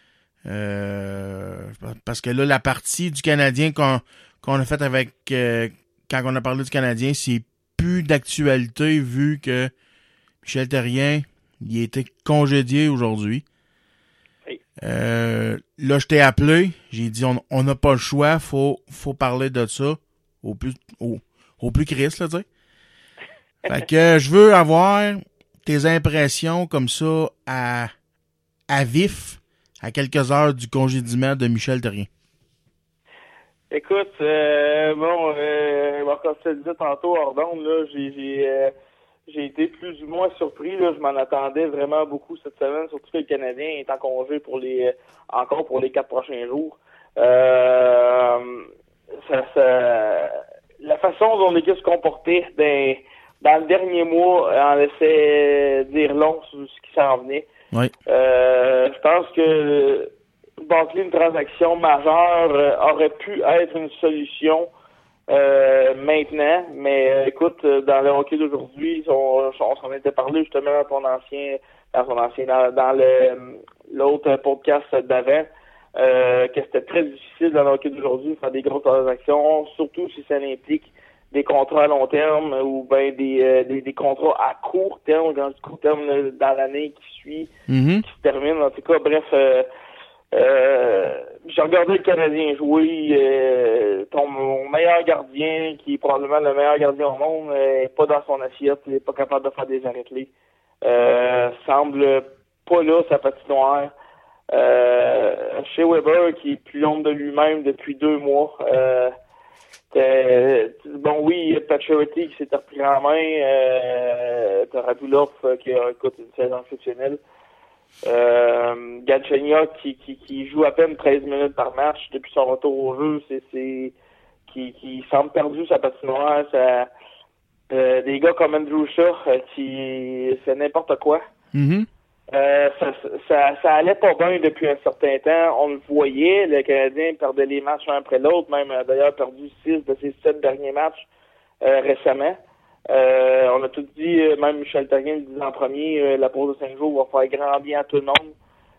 Euh, parce que là, la partie du Canadien qu'on, qu'on a faite avec... Euh, quand on a parlé du Canadien, c'est plus d'actualité vu que Michel Therrien, il a été congédié aujourd'hui. Oui. Euh, là, je t'ai appelé. J'ai dit, on n'a pas le choix. Faut, faut parler de ça au plus, au, au plus Christ, là, tu sais. Fait que je veux avoir tes impressions comme ça à, à vif, à quelques heures du congédiement de Michel Therrien. Écoute, euh, bon, euh, comme je te disais tantôt, hors d'onde, là, j'ai, j'ai, euh, j'ai été plus ou moins surpris, là, je m'en attendais vraiment beaucoup cette semaine, surtout que le Canadien est en congé pour les, encore pour les quatre prochains jours. Euh, ça, ça, la façon dont l'équipe se comportait, ben, dans le dernier mois, on laissait dire long sur ce qui s'en venait. Oui. Euh, je pense que bâcler une transaction majeure euh, aurait pu être une solution euh, maintenant, mais euh, écoute, dans le hockey d'aujourd'hui, on, on s'en était parlé justement dans ton ancien, dans son ancien, dans, dans le l'autre podcast d'avant, euh, que c'était très difficile dans le hockey d'aujourd'hui de faire des grosses transactions, surtout si ça implique des contrats à long terme ou ben des, euh, des des contrats à court terme, quand je dis court terme là, dans l'année qui suit, mm-hmm. qui se termine. En tout cas, bref, euh, euh, j'ai regardé le Canadien jouer. Euh, ton mon meilleur gardien, qui est probablement le meilleur gardien au monde, n'est pas dans son assiette, il n'est pas capable de faire des arrêts-clés. Euh, semble pas là sa patinoire. Euh, chez Weber, qui est plus l'ombre de lui-même depuis deux mois. Euh, c'était, bon, oui, Pacioretty qui s'est repris en main, euh, t'as Radulov euh, qui a, écoute, une saison exceptionnelle. Euh, Galchenyuk qui, qui, qui joue à peine treize minutes par match depuis son retour au jeu, c'est, c'est qui, qui semble perdu sa patinoire, ça, euh, des gars comme Andrew Shaw euh, qui fait n'importe quoi. Mm-hmm. Euh, ça, ça, ça allait pas bien depuis un certain temps. On le voyait, le Canadien perdait les matchs un après l'autre, même a d'ailleurs perdu six de ses sept derniers matchs euh, récemment. Euh, on a tout dit, même Michel Therrien le disait en premier, euh, la pause de cinq jours va faire grand bien à tout le monde.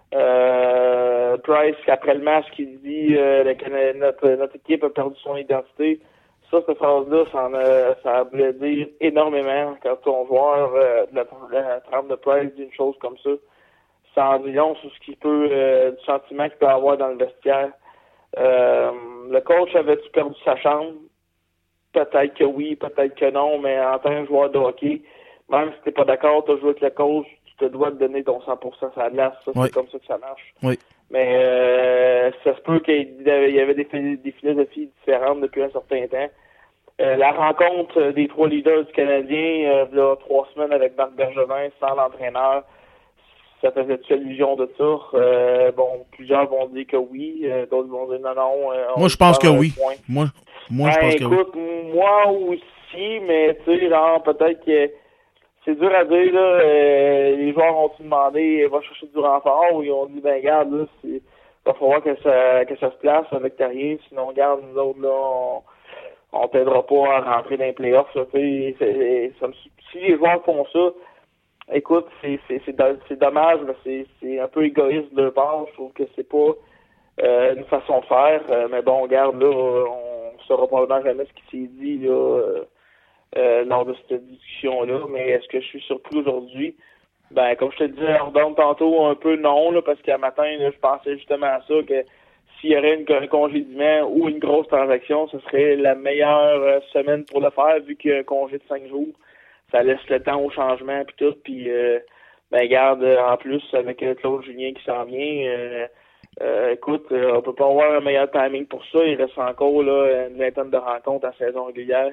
Euh, Price, après le match, qui dit euh, le, notre, notre équipe a perdu son identité. Ça, cette phrase-là, ça, en a, ça voulait dire énormément quand ton joueur euh, de la, la trempe de Price dit une chose comme ça. Ça en dit long sur ce qu'il peut, euh, du sentiment qu'il peut avoir dans le vestiaire. Euh, le coach avait-tu perdu sa chambre? Peut-être que oui, peut-être que non, mais en tant que joueur de hockey, même si t'es pas d'accord, t'as joué avec le coach, tu te dois de donner ton cent pour cent à la glace. Ça, oui. C'est comme ça que ça marche. Oui. Mais euh, ça se peut qu'il y avait des, des philosophies différentes depuis un certain temps. Euh, la rencontre des trois leaders du Canadien, euh, là, trois semaines avec Marc Bergevin, sans l'entraîneur, ça faisait-tu allusion de ça? Euh, bon, plusieurs vont dire que oui, euh, d'autres vont dire non, non. Euh, moi, je pense que oui. Point. Moi, moi ben, je pense écoute, que oui. Moi aussi, mais tu sais, genre, peut-être que c'est dur à dire, là. Euh, les joueurs ont-ils demandé, va chercher du renfort, ou ils ont dit, ben, regarde, là, il va falloir que ça, que ça se place avec Therrien, sinon, regarde, nous autres, là, on, on t'aidera pas à rentrer dans les playoffs, là, tu sais. Si les joueurs font ça, écoute, c'est, c'est, c'est, c'est dommage, mais c'est, c'est un peu égoïste de leur part. Je trouve que c'est pas euh, une façon de faire. Euh, mais bon, regarde, là, on saura probablement jamais ce qui s'est dit là, euh, euh, lors de cette discussion-là. Mais est-ce que je suis surpris aujourd'hui? Ben, comme je te disais, on donne tantôt un peu non, là, parce qu'à matin, là, je pensais justement à ça, que s'il y aurait une, un congédiement ou une grosse transaction, ce serait la meilleure euh, semaine pour le faire, vu qu'il y a un congé de cinq jours. Ça laisse le temps au changement puis tout, puis euh, ben garde en plus avec Claude Julien qui s'en vient. Euh, euh, écoute, euh, on peut pas avoir un meilleur timing pour ça. Il reste encore là une vingtaine de rencontres à saison régulière,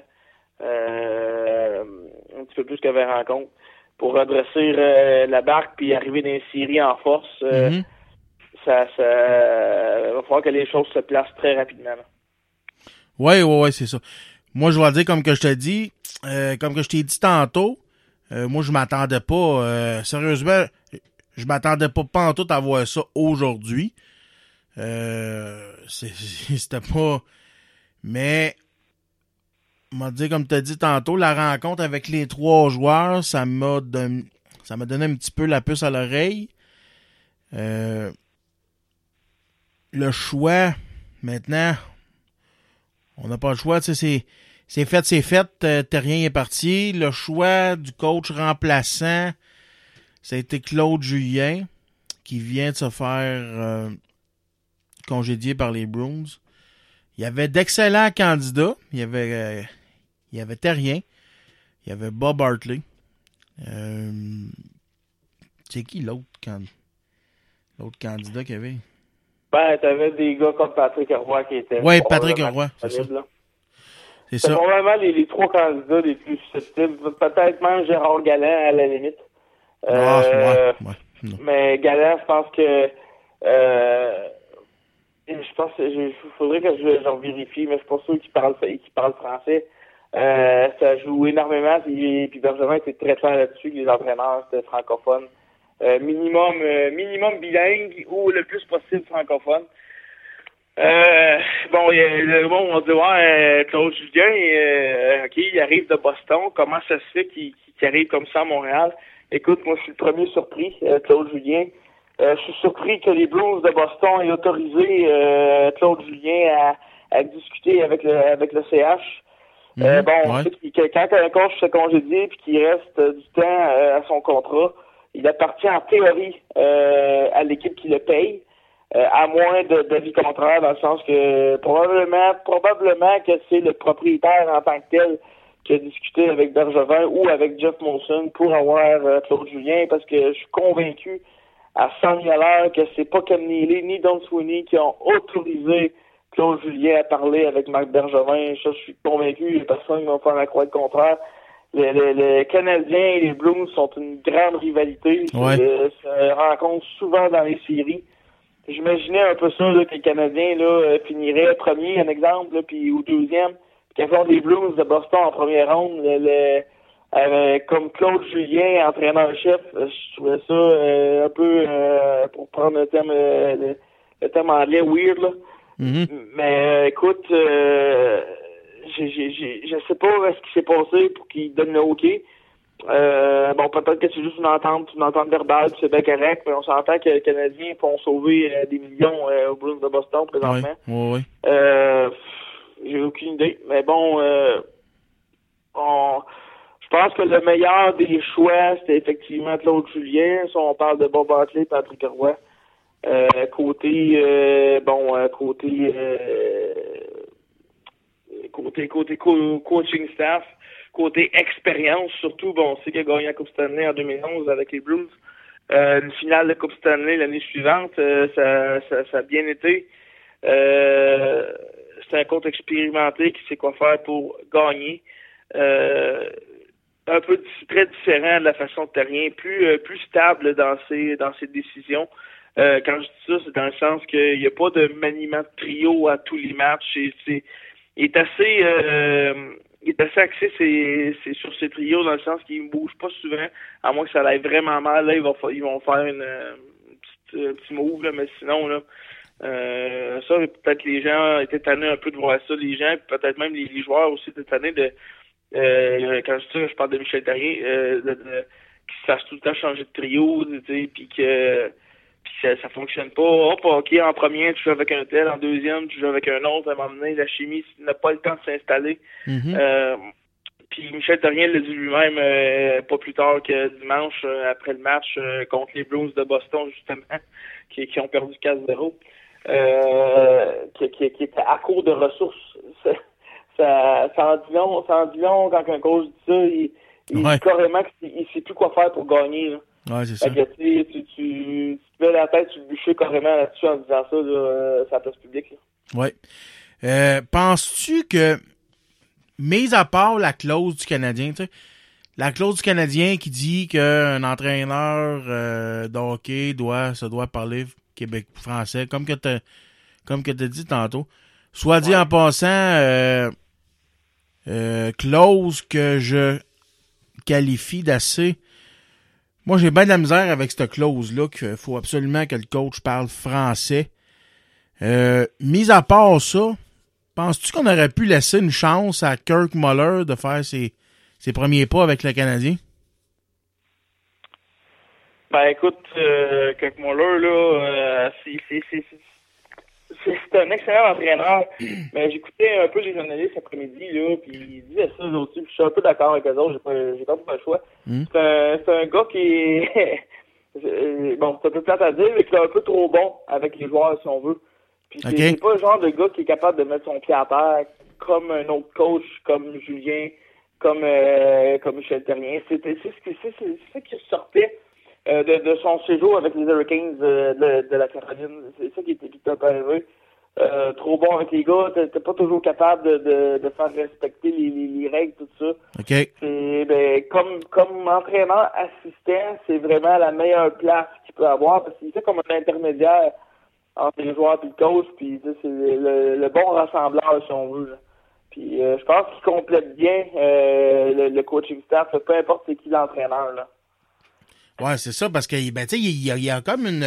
euh, un petit peu plus que vingt rencontres pour redresser euh, la barque puis arriver dans les séries en force. Euh, mm-hmm. Ça, ça euh, va falloir que les choses se placent très rapidement. Oui, oui, oui, c'est ça. Moi, je vais dire comme que je te dis, euh, comme que je t'ai dit tantôt, euh, moi, je m'attendais pas, euh, sérieusement, je m'attendais pas, pas en tout à voir ça aujourd'hui. Euh, c'est, c'était pas... Mais, m'a dit, comme tu as dit tantôt, la rencontre avec les trois joueurs, ça m'a, don... ça m'a donné un petit peu la puce à l'oreille. Euh, le choix, maintenant... On n'a pas le choix, tu sais, c'est, c'est fait, c'est fait, euh, Therrien est parti. Le choix du coach remplaçant, ça a été Claude Julien, qui vient de se faire euh, congédier par les Bruins. Il y avait d'excellents candidats. Il y avait, euh, il y avait Therrien. Il y avait Bob Hartley. Euh, c'est qui l'autre, can... l'autre candidat qu'il y avait? Ben, t'avais des gars comme Patrick Roy qui étaient... Oui, Patrick Roy, c'est ça. C'est, c'est ça. Probablement les, les trois candidats les plus susceptibles. Peut-être même Gérard Galland, à la limite. Ah, euh, ouais, ouais, mais Galland, je pense que... Euh, je pense il faudrait que je, je vérifie, mais je suis pas sûr qu'il parle, qu'il parle français. Euh, ça joue énormément, puis, puis Bergevin était très clair là-dessus, que les entraîneurs étaient francophones. Euh, minimum euh, minimum bilingue ou le plus possible francophone. Euh, bon, il le bon, on dit ouais, Claude Julien, euh, ok, il arrive de Boston. Comment ça se fait qu'il, qu'il arrive comme ça à Montréal? Écoute, moi je suis le premier surpris, euh, Claude Julien. Euh, je suis surpris que les Blues de Boston aient autorisé euh, Claude Julien à, à discuter avec le avec le C H. Mmh, euh, bon, ouais. que, quand un coach se congédie puis qu'il reste euh, du temps euh, à son contrat, il appartient en théorie euh, à l'équipe qui le paye, euh, à moins de d'avis contraire, dans le sens que probablement probablement que c'est le propriétaire en tant que tel qui a discuté avec Bergevin ou avec Jeff Molson pour avoir euh, Claude Julien, parce que je suis convaincu à cent mille à l'heure que c'est pas Cam Neely ni Don Sweeney qui ont autorisé Claude Julien a parlé avec Marc Bergevin. Ça, je suis convaincu, il y a personne qui va faire la croix le contraire. Les, les, les Canadiens et les Blues sont une grande rivalité. Ouais. Ils se rencontrent souvent dans les séries. J'imaginais un peu ça, là, que les Canadiens là, finiraient premier, un exemple, là, puis ou deuxième. Puis qu'ils font des Blues de Boston en première ronde. Le, le, euh, comme Claude Julien, entraîneur-chef, je trouvais ça euh, un peu, euh, pour prendre le terme, euh, le, le terme anglais, weird, là. Mm-hmm. Mais euh, écoute, euh, j'ai, j'ai, j'ai, je sais pas ce qui s'est passé pour qu'il donne le hockey. Euh, bon, peut-être que c'est juste une entente, une entente verbale, c'est bien correct, mais on s'entend que les Canadiens font sauver euh, des millions euh, au Blues de Boston présentement. Oui, oui, oui. Euh, j'ai aucune idée, mais bon, euh, on, je pense que le meilleur des choix, c'était effectivement Claude Julien. Si on parle de Bob Bartley et Patrick Roy. Euh, côté, euh, bon, euh, côté, euh, côté, côté co- coaching staff, côté expérience, surtout, bon, on sait qu'il a gagné la Coupe Stanley en deux mille onze avec les Blues. Euh, une finale de Coupe Stanley l'année suivante, euh, ça, ça, ça a bien été. Euh, c'est un coach expérimenté qui sait quoi faire pour gagner. Euh, un peu très différent de la façon de Terrien, plus, euh, plus stable dans ses, dans ses décisions. Euh, quand je dis ça, c'est dans le sens qu'il n'y a pas de maniement de trio à tous les matchs. Et c'est, il est assez, euh, il est assez axé c'est, c'est sur ses trios dans le sens qu'il ne bouge pas souvent, à moins que ça aille vraiment mal. Là, ils vont, ils vont faire une, une petite, un petit move, là, mais sinon, là, euh, ça, peut-être les gens étaient tannés un peu de voir ça, les gens, puis peut-être même les, les joueurs aussi étaient tannés de, euh, quand je dis ça, je parle de Michel Terrien, euh, de, de, qu'ils sachent tout le temps changer de trio, tu sais, puis que Puis ça, ça fonctionne pas. Hop, ok, en premier, tu joues avec un tel, en deuxième, tu joues avec un autre. À un moment donné, la chimie n'a pas le temps de s'installer. Mm-hmm. Euh, puis Michel Terrien l'a dit lui-même euh, pas plus tard que dimanche, euh, après le match euh, contre les Blues de Boston, justement, qui, qui ont perdu quatre zéro, euh, qui, qui, qui était à court de ressources. Ça, ça, ça en dit long, ça en dit long quand un coach dit ça. Il, il ouais. dit carrément qu'il ne sait plus quoi faire pour gagner, là. Ouais, c'est ça. Fait que, tu, tu, tu, tu te mets la tête sur le bûcher carrément là-dessus en disant ça, là, sur la place publique. Là. Oui. Euh, penses-tu que, mis à part la clause du Canadien, tu sais, la clause du Canadien qui dit qu'un entraîneur euh, de hockey doit, ça doit parler québécois-français, comme que tu comme que t'as dit tantôt, soit dit ouais. en passant, euh, euh, clause que je qualifie d'assez. Moi, j'ai bien de la misère avec cette clause-là qu'il faut absolument que le coach parle français. Euh, mis à part ça, penses-tu qu'on aurait pu laisser une chance à Kirk Muller de faire ses, ses premiers pas avec le Canadien? Ben écoute, euh, Kirk Muller, là, euh, c'est, c'est, c'est, c'est, c'est un excellent entraîneur. Mais j'écoutais un peu les journalistes après-midi, là, puis ils disaient ça aussi, puis je suis un peu d'accord avec eux autres, j'ai pas, j'ai pas le choix. Mm. C'est, un, c'est un gars qui est, bon, c'est un peu plate à dire, mais qui est un peu trop bon avec les joueurs, si on veut. Puis okay. c'est, c'est pas le genre de gars qui est capable de mettre son pied à terre comme un autre coach, comme Julien, comme, euh, comme Michel Terrien. C'était, c'est, c'est, c'est, c'est, c'est ça qui sortait euh, de, de son séjour avec les Hurricanes euh, de, de la Caroline. C'est ça qui était, qui était un peu arrivé. Euh, trop bon avec les gars, t'es, t'es pas toujours capable de, de, de faire respecter les, les, les règles, tout ça. Okay. C'est, ben, comme, comme entraîneur assistant, c'est vraiment la meilleure place qu'il peut avoir parce qu'il fait comme un intermédiaire entre les joueurs et le coach, puis c'est le, le bon rassembleur, si on veut. Là. Puis euh, je pense qu'il complète bien euh, le, le coaching staff, peu importe c'est qui l'entraîneur. Là. Ouais, c'est ça, parce que ben, tu sais, il y a, il y a comme une.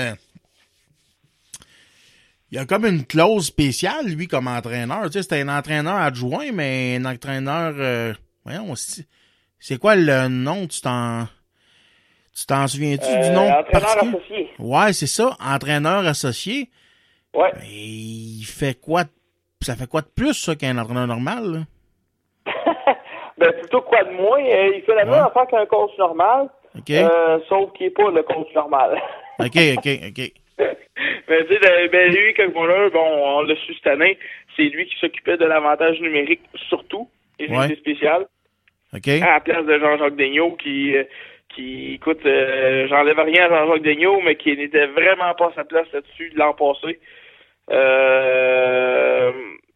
Il y a comme une clause spéciale, lui, comme entraîneur. Tu sais, c'était un entraîneur adjoint, mais un entraîneur... Euh, voyons, c'est quoi le nom? Tu t'en... Tu t'en souviens-tu euh, du nom? Entraîneur associé. Ouais, c'est ça, entraîneur associé. Ouais. Mais il fait quoi? Ça fait quoi de plus, ça, qu'un entraîneur normal, là? Ben, plutôt quoi de moins. Euh, il fait la ouais. même affaire qu'un coach normal, okay. euh, sauf qu'il n'est pas le coach normal. OK, OK, OK. Ben, tu sais, ben, lui, comme là, bon, on l'a su cette année, c'est lui qui s'occupait de l'avantage numérique, surtout, et ouais. c'est spécial. OK. À la place de Jean-Jacques Daigneault, qui, qui, écoute, euh, j'enlève rien à Jean-Jacques Daigneault, mais qui n'était vraiment pas à sa place là-dessus l'an passé. Euh,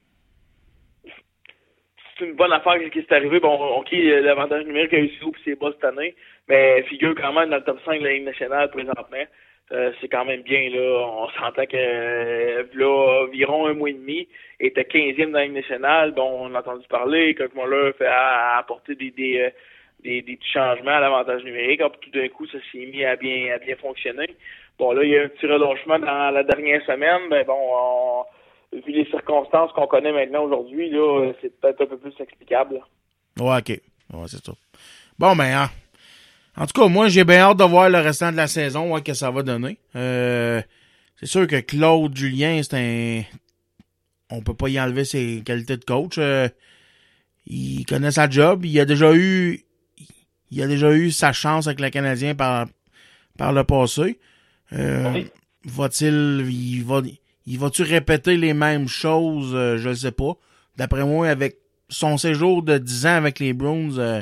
c'est une bonne affaire qui s'est arrivé. Bon, OK, l'avantage numérique a réussi puis c'est bas cette année, mais figure quand même dans le top cinq de la Ligue nationale présentement. Euh, c'est quand même bien, là. On s'entend que euh, là, environ un mois et demi, était quinzième dans la Ligue nationale. Bon, on a entendu parler, Kirk Muller fait à, à apporter des, des, euh, des, des petits changements à l'avantage numérique. Alors, tout d'un coup, ça s'est mis à bien à bien fonctionner. Bon, là, il y a un petit relâchement dans la dernière semaine. Ben bon, on, vu les circonstances qu'on connaît maintenant aujourd'hui, là, c'est peut-être un peu plus explicable. Là. Ouais, OK. Ouais, c'est ça. Bon, ben, hein. En tout cas, moi, j'ai bien hâte de voir le restant de la saison, ouais, que ça va donner. Euh, c'est sûr que Claude Julien, c'est un... On peut pas y enlever ses qualités de coach. Euh, il connaît sa job. Il a déjà eu... Il a déjà eu sa chance avec le Canadien par, par le passé. Euh, oui. Va-t-il... Il va... Il va-tu répéter les mêmes choses? Euh, je ne sais pas. D'après moi, avec son séjour de dix ans avec les Bruins... Euh,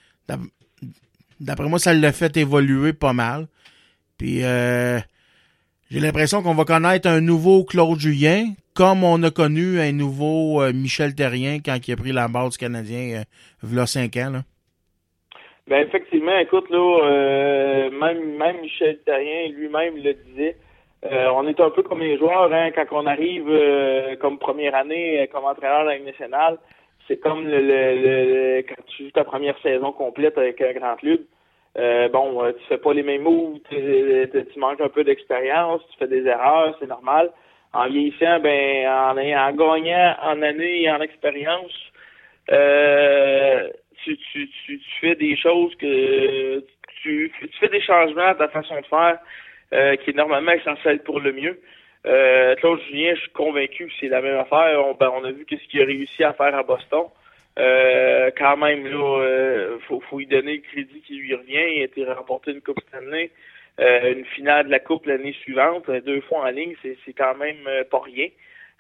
D'après moi, ça l'a fait évoluer pas mal. Puis, euh, j'ai l'impression qu'on va connaître un nouveau Claude Julien, comme on a connu un nouveau euh, Michel Therrien quand il a pris la barre du Canadien, euh, v'là cinq ans, là. Ben, effectivement, écoute, là, euh, même, même Michel Therrien lui-même le disait. Euh, on est un peu comme les joueurs, hein, quand on arrive euh, comme première année, euh, comme entraîneur de la Ligue nationale. C'est comme le, le, le quand tu joues ta première saison complète avec un grand club. Euh, bon, tu fais pas les mêmes moves, tu, tu manques un peu d'expérience, tu fais des erreurs, c'est normal. En vieillissant, ben, en, en gagnant en année et en expérience, euh, tu, tu, tu, tu fais des choses que tu, tu fais des changements à ta façon de faire euh, qui est normalement censé être pour le mieux. Euh, Claude Julien, je suis convaincu que c'est la même affaire. On, ben, on a vu qu'est-ce qu'il a réussi à faire à Boston. Euh, quand même, là, euh, faut, faut lui donner le crédit qui lui revient. Il a été remporté une Coupe Stanley, euh, une finale de la Coupe l'année suivante, deux fois en ligne, c'est, c'est quand même euh, pas rien.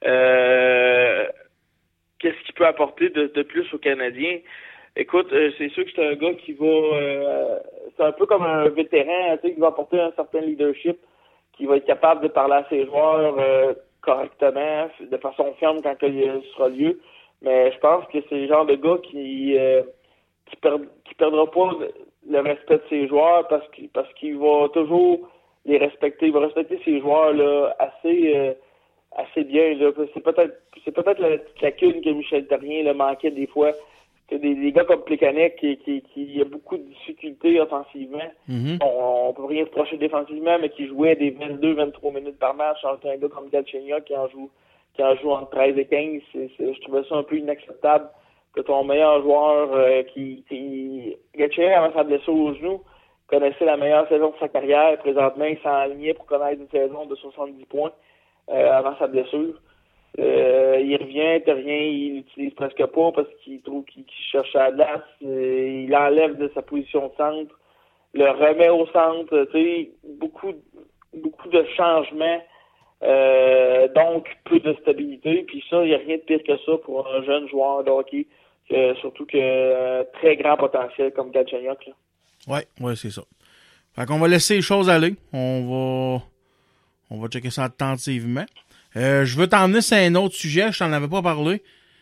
Euh, qu'est-ce qu'il peut apporter de, de plus aux Canadiens? Écoute, euh, c'est sûr que c'est un gars qui va... Euh, c'est un peu comme un vétéran, tu sais, qui va apporter un certain leadership, qui va être capable de parler à ses joueurs euh, correctement, de façon ferme quand il sera lieu. Mais je pense que c'est le genre de gars qui euh, qui, per, qui perdra pas le respect de ses joueurs parce qu'il parce qu'il va toujours les respecter. Il va respecter ses joueurs là assez euh, assez bien. Là. C'est peut-être c'est peut-être la petite lacune que Michel Therrien là, manquait des fois. Que des, des gars comme Plekanec qui, qui, qui a beaucoup de difficultés offensivement. Mm-hmm. On, on peut rien se reprocher défensivement, mais qui jouait des vingt-deux vingt-trois minutes par match. Un gars comme Galchenyuk qui en joue qui en joue entre treize et quinze. C'est, c'est, je trouvais ça un peu inacceptable que ton meilleur joueur euh, qui, qui Galchenyuk avant sa blessure au genou connaissait la meilleure saison de sa carrière. Présentement, il s'enlignait pour connaître une saison de soixante-dix points euh, avant sa blessure. Euh, il revient, Therrien, il l'utilise presque pas parce qu'il trouve qu'il, qu'il cherche à la glace. Euh, il enlève de sa position de centre, le remet au centre. Tu sais, beaucoup, beaucoup de changements, euh, donc peu de stabilité. Puis ça, il n'y a rien de pire que ça pour un jeune joueur de hockey, euh, surtout que euh, très grand potentiel comme Galchenyuk. Là. Ouais, ouais, c'est ça. Fait qu'on va laisser les choses aller. On va, on va checker ça attentivement. Euh, je veux t'emmener sur un autre sujet, je t'en avais pas parlé.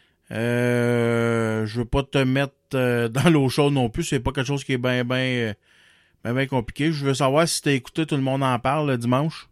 Euh, je veux pas te mettre euh, dans l'eau chaude non plus, c'est pas quelque chose qui est bien bien ben, ben compliqué. Je veux savoir si t'as écouté Tout le monde en parle le dimanche.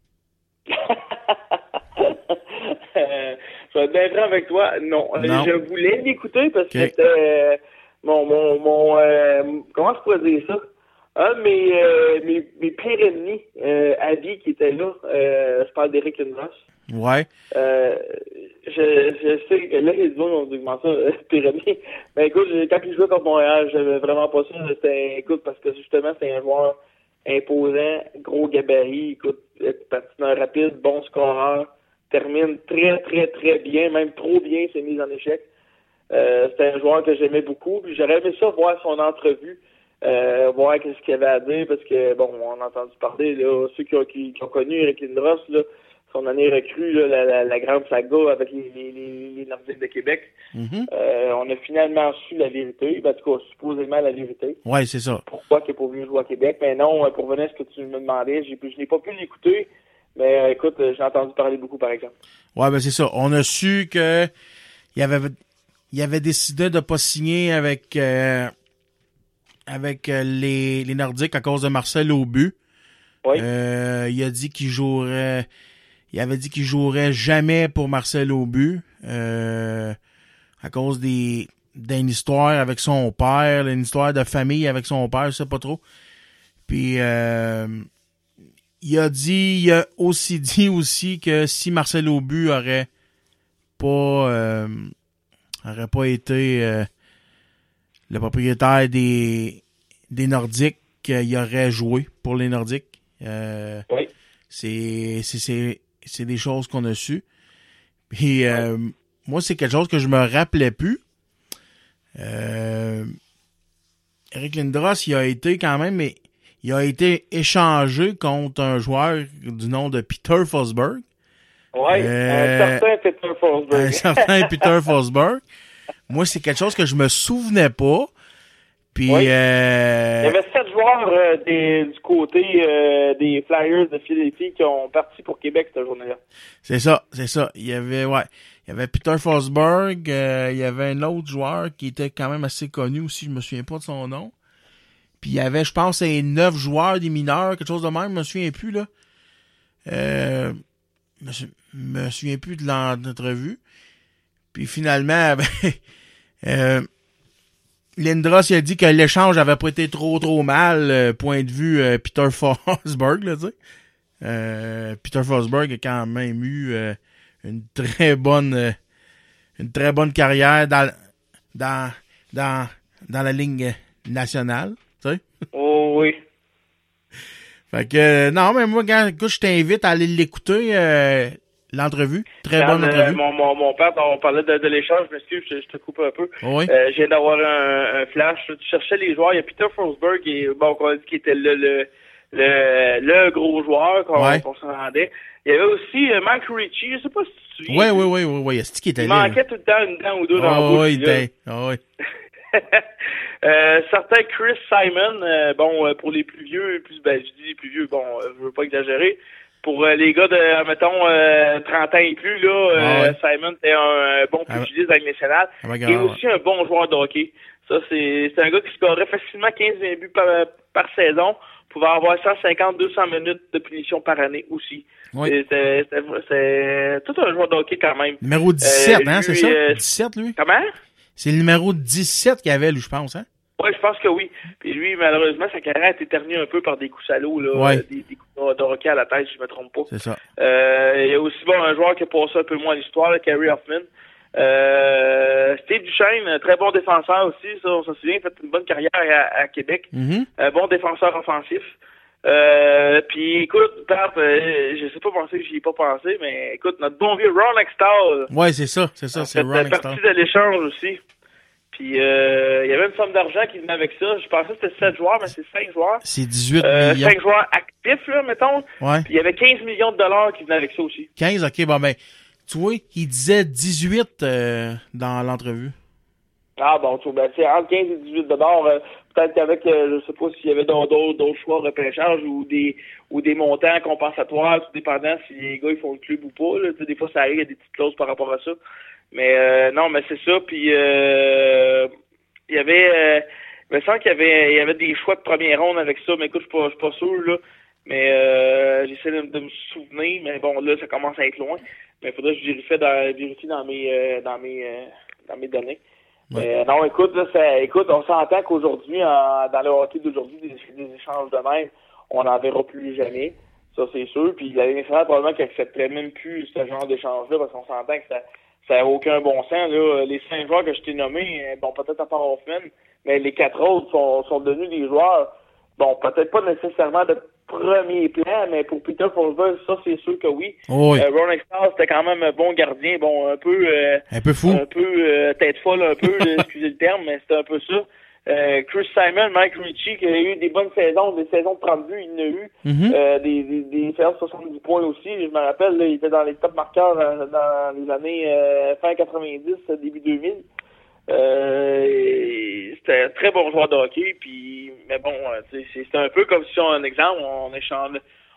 euh, je vais être bien franc avec toi. Non, non. Je voulais l'écouter parce okay. que c'était euh, mon mon mon euh, comment je pourrais dire ça? Un de mes, euh, mes, mes pires ennemis, euh, Abby, qui était là, euh, je parle d'Éric Lindros. Ouais. Euh, je, je sais que là, les gens ont dit comment ça, euh, pire ennemi. Mais écoute, quand il jouait contre Montréal, j'avais vraiment pas ça. C'était, écoute, parce que justement, c'est un joueur imposant, gros gabarit, écoute, patineur rapide, bon scoreur, termine très, très, très bien, même trop bien ses mises en échec. Euh, c'était un joueur que j'aimais beaucoup. Puis j'aurais aimé ça voir son entrevue. Euh, voir qu'est-ce qu'il avait à dire, parce que, bon, on a entendu parler, là, ceux qui ont, qui, qui ont connu Éric Lindros, là, son année recrue, là, la, la, la grande saga avec les, les, les, les Nordiques de Québec. Mm-hmm. Euh, on a finalement su la vérité, ben, en tout cas, supposément la vérité. Ouais, c'est ça. Pourquoi qu'il n'est pas venu jouer à Québec? Mais non, pour venir à ce que tu me demandais, j'ai, je n'ai pas pu l'écouter, Mais euh, écoute, euh, j'ai entendu parler beaucoup, par exemple. Ouais, ben c'est ça. On a su que il avait il avait décidé de pas signer avec euh, avec euh, les, les Nordiques à cause de Marcel Aubu. Oui. Euh, il a dit qu'il jouerait il avait dit qu'il jouerait jamais pour Marcel Aubu euh, à cause des d'une histoire avec son père, une histoire de famille avec son père, je sais pas trop. Puis euh, il a dit, il a aussi dit aussi que si Marcel Aubu aurait pas euh, aurait pas été euh, le propriétaire des des Nordiques, il aurait joué pour les Nordiques. Euh, oui. C'est c'est c'est c'est des choses qu'on a su. Puis euh, ouais. Moi, c'est quelque chose que je me rappelais plus. Euh, Eric Lindros, il a été quand même, mais il a été échangé contre un joueur du nom de Peter Forsberg. Oui, euh, un certain Peter Forsberg. Un certain Peter Forsberg. Moi, c'est quelque chose que je me souvenais pas. Puis, oui. euh... il y avait sept joueurs euh, des, du côté euh, des Flyers de Philadelphie qui ont parti pour Québec cette journée-là. C'est ça, c'est ça. Il y avait, ouais, il y avait Peter Forsberg, euh, il y avait un autre joueur qui était quand même assez connu aussi, je me souviens pas de son nom. Puis il y avait, je pense, c'est neuf joueurs des mineurs, quelque chose de même, je me souviens plus, là. Euh, je me, me souviens plus de l'entrevue. Puis finalement, ben, euh, Lindros, il a dit que l'échange avait pas été trop, trop mal, euh, point de vue euh, Peter Forsberg, là, tu sais. Euh, Peter Forsberg a quand même eu euh, une très bonne euh, une très bonne carrière dans dans dans dans la ligne nationale, tu sais. Oh oui. Fait que euh, non, mais moi quand écoute, je t'invite à aller l'écouter euh, l'entrevue, très Quand, bonne entrevue. Euh, mon, mon mon père, on parlait de, de l'échange, je m'excuse, je, je te coupe un peu. Oui. Euh, je viens d'avoir un, un flash, tu cherchais les joueurs, il y a Peter Forsberg et bon qu'on a dit qu'il était le le le, le gros joueur qu'on, ouais. qu'on se rendait. Il y avait aussi euh, Mike Ritchie, je sais pas si tu te souviens. Oui, oui, oui, oui, oui. C'est qui était il là. Il manquait tout le temps une dent ou deux oh, dans la bouche. Oui, il était. Oh, oui. euh, certains Chris Simon, euh, bon, euh, pour les plus vieux, plus ben je dis les plus vieux, bon, euh, je veux pas exagérer. Pour euh, les gars de, mettons, euh, trente ans et plus, là, euh, ah, ouais. Simon, c'est un, un bon pugiliste dans le national. Ah, et aussi un bon joueur de hockey. Ça, c'est, c'est un gars qui scorerait facilement quinze vingt buts par, par saison. Pouvait avoir cent cinquante à deux cents minutes de punition par année aussi. Oui. C'est, c'est, c'est tout un joueur de hockey quand même. Numéro dix-sept, euh, hein, lui, c'est ça? Euh, dix-sept, lui? Comment? C'est le numéro dix-sept qu'il avait, lui, je pense, hein? Oui, je pense que oui. Puis lui, malheureusement, sa carrière a été ternie un peu par des coups salauds, là, ouais. des, des coups de hockey à la tête, si je me trompe pas. C'est ça. Euh, il y a aussi bon, un joueur qui a passé un peu moins à l'histoire, là, Kerry Hoffman. Euh, Steve Duchesne, un très bon défenseur aussi, ça, on s'en souvient, il a fait une bonne carrière à, à Québec. Mm-hmm. Un bon défenseur offensif. Euh, puis écoute, Pape, euh, je sais pas penser que j'y ai pas pensé, mais écoute, notre bon vieux Ron Extall. Ouais, c'est ça, c'est ça, c'est Ron Extall. partie de l'échange aussi. Puis euh, il y avait une somme d'argent qui venait avec ça. Je pensais que c'était sept joueurs, mais c'est cinq joueurs. C'est dix-huit euh, millions. cinq joueurs actifs, là, mettons. Ouais. Puis il y avait quinze millions de dollars qui venaient avec ça aussi. quinze, ok, bon ben, tu vois, il disait dix-huit euh, dans l'entrevue. Ah bon, tu vois, ben, c'est entre quinze et dix-huit dollars. Euh, peut-être qu'avec, euh, je sais pas s'il y avait d'autres, d'autres choix de repêchage ou des ou des montants compensatoires, tout dépendant si les gars ils font le club ou pas. Là. Tu sais, des fois, ça arrive, il y a des petites clauses par rapport à ça. Mais euh, non, mais c'est ça. Puis euh, il y avait, euh, il me semble qu'il y avait, il y avait des choix de première ronde avec ça. Mais écoute, je suis pas, je suis pas sûr là. Mais euh, j'essaie de, de me souvenir. Mais bon, là, ça commence à être loin. Mais il faudrait que je vérifie dans, vérifie dans mes, euh, dans mes, euh, dans mes données. Ouais. Euh, non, écoute, là, ça, écoute, on s'entend qu'aujourd'hui, en, dans le hockey d'aujourd'hui, des, des échanges de même, on n'en verra plus jamais. Ça, c'est sûr. Puis la Ligue nationale, probablement qu'elle accepterait même plus ce genre d'échange-là, parce qu'on s'entend que ça ça n'a aucun bon sens. Là. Les cinq joueurs que je t'ai nommés, bon, peut-être à part Hoffman, mais les quatre autres sont, sont devenus des joueurs, bon, peut-être pas nécessairement de premier plan, mais pour Peter Forsberg, ça, c'est sûr que oui. Oh oui. Euh, Ron Extall, c'était quand même un bon gardien, bon, un peu... Euh, un peu fou. Un peu euh, tête folle, un peu, excusez le terme, mais c'était un peu ça. Euh, Chris Simon, Mike Ritchie, qui a eu des bonnes saisons, des saisons de trente buts, il en a eu. Mm-hmm. Euh, des, des, des séances de soixante-dix points aussi. Je me rappelle, là, il était dans les top marqueurs dans, dans les années euh, fin quatre-vingt-dix, début deux mille. Euh, c'était un très bon joueur de hockey, puis mais bon, c'est, c'est un peu comme si on un exemple, on échange,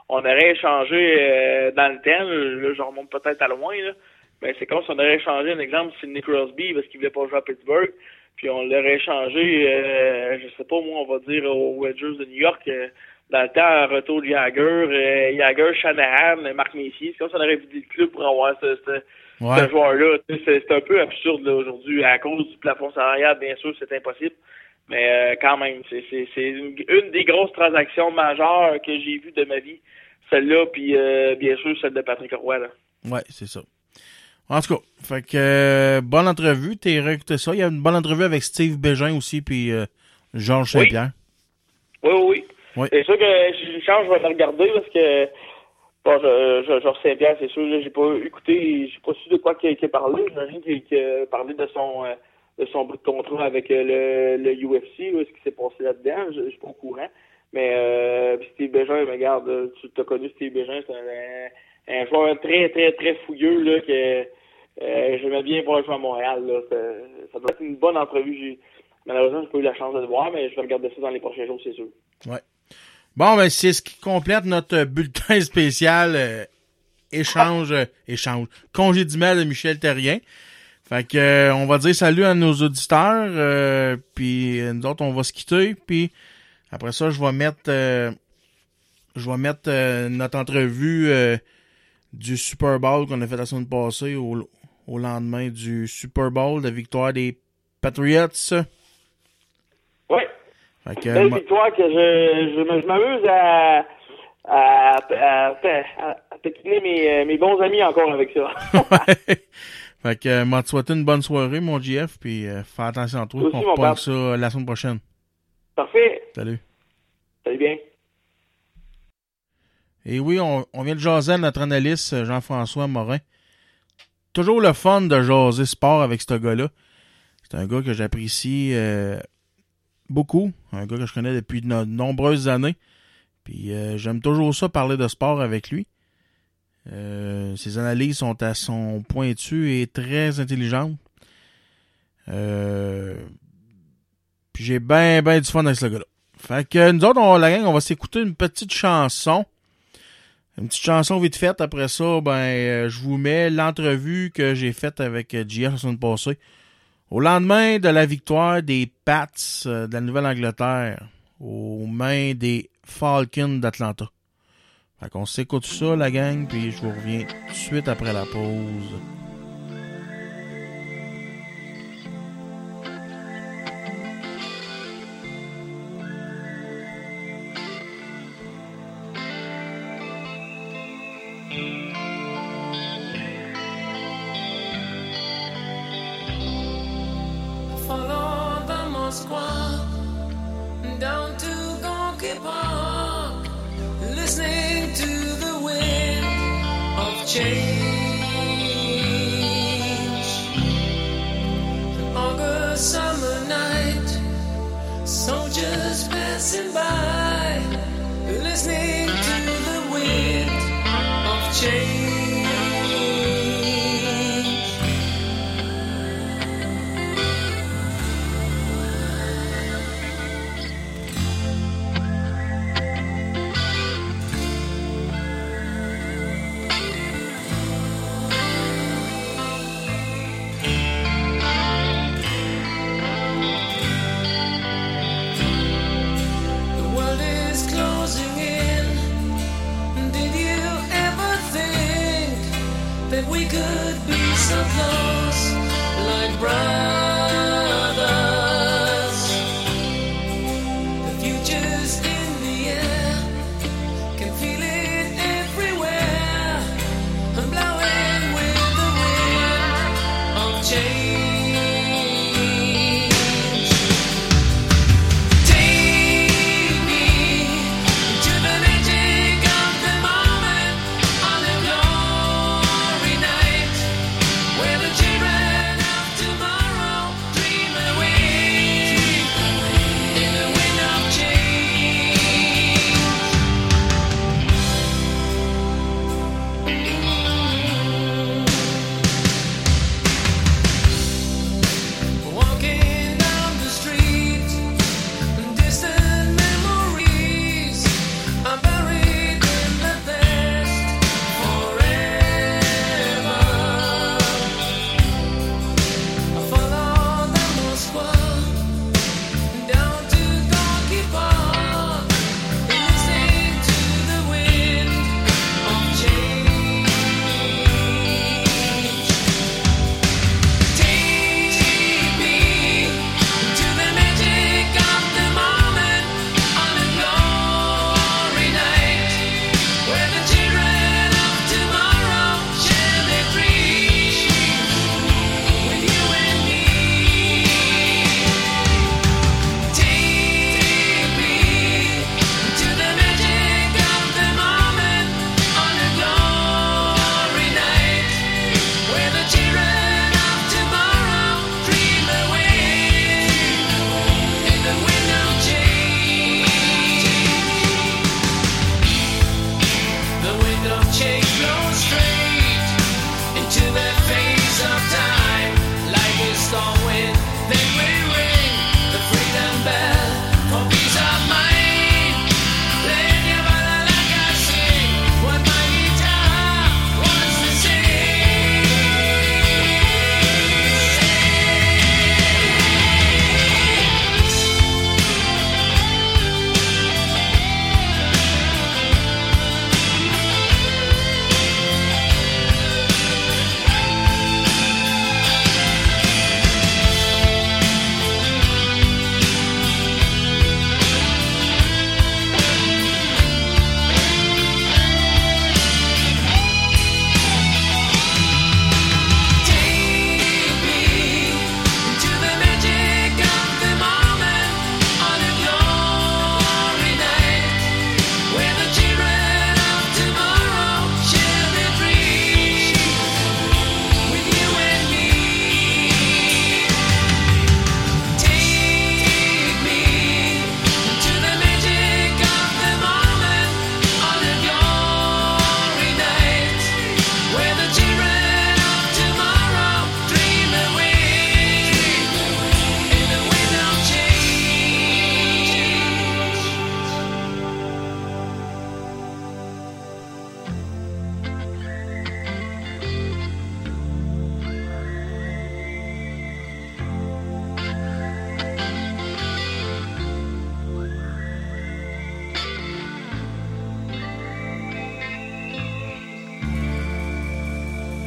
on aurait échangé euh, dans le temps, là, je remonte peut-être à loin, là, mais c'est comme si on aurait échangé, un exemple, Sidney Crosby, parce qu'il voulait pas jouer à Pittsburgh, puis on l'aurait échangé, euh, je sais pas, moi, on va dire, aux Rangers de New York, euh, dans le temps, un retour de Jagger, euh, Jagger, Shanahan, Marc Messier, c'est comme si on aurait vidé le club pour avoir ce, ce, ouais. ce joueur-là. C'est, c'est un peu absurde, là, aujourd'hui, à cause du plafond salarial, bien sûr, c'est impossible. Mais euh, quand même, c'est, c'est, c'est une, une des grosses transactions majeures que j'ai vues de ma vie. Celle-là, puis euh, bien sûr, celle de Patrick Roy. Là. Ouais, c'est ça. En tout cas, fait que euh, bonne entrevue. T'es réécouté ça. Il y a une bonne entrevue avec Steve Bégin aussi, puis euh, Georges Saint-Pierre. Oui, oui, oui. oui. C'est sûr que je change, je vais le regarder parce que bon, je, je, Georges Saint-Pierre, c'est sûr, là, j'ai pas écouté, j'ai pas su de quoi qu'il a parlé. J'imagine qu'il a parlé de son euh, de son bout de contrat avec euh, le, le U F C, là, ce qui s'est passé là-dedans, je, je suis pas au courant. Mais euh, Steve Bégin, regarde, tu t'as connu Steve Bégin, c'est un, un joueur très, très, très fouilleux là, que euh, j'aimais bien voir jouer à Montréal. Là. Ça, ça doit être une bonne entrevue. J'ai, malheureusement, j'ai pas eu la chance de le voir, mais je vais regarder ça dans les prochains jours, c'est sûr. Ouais. Bon, ben c'est ce qui complète notre bulletin spécial euh, échange, euh, échange, congédiement de Michel Therrien. Fait que euh, on va dire salut à nos auditeurs, euh, puis nous autres on va se quitter, puis après ça je vais mettre, euh, je vais mettre euh, notre entrevue euh, du Super Bowl qu'on a fait la semaine passée au, au lendemain du Super Bowl, de victoire des Patriots. Oui. Fait que, belle ma... victoire que je, je, je m'amuse à à, à, à, à taquiner mes, mes bons amis encore avec ça. ouais. Fait que, euh, m'en te souhaiter une bonne soirée, mon J F, puis euh, fais attention à toi, aussi, qu'on reprenne ça euh, la semaine prochaine. Parfait. Salut. Salut bien. Et oui, on, on vient de jaser à notre analyste Jean-François Morin. Toujours le fun de jaser sport avec ce gars-là. C'est un gars que j'apprécie euh, beaucoup, un gars que je connais depuis de no- nombreuses années. Puis euh, j'aime toujours ça, parler de sport avec lui. Euh, ses analyses sont à son pointu et très intelligentes. Euh, puis j'ai ben ben du fun avec ce gars-là. Fait que nous autres, on, la gang, on va s'écouter une petite chanson. Une petite chanson vite faite. Après ça, ben euh, je vous mets l'entrevue que j'ai faite avec euh, J F la semaine passée. Au lendemain de la victoire des Pats euh, de la Nouvelle-Angleterre aux mains des Falcons d'Atlanta. Fait qu'on s'écoute ça, la gang, puis je vous reviens tout de suite après la pause. Follow the Moskwa down to Gonky Park, listening to the wind of change. An August summer night, soldiers passing by, listening to the wind of change. We could be so close, like brothers. The future's in the air, can feel it everywhere. I'm blowing with the wind of change. Take me to the magic of the moment on the glory night, where the children of tomorrow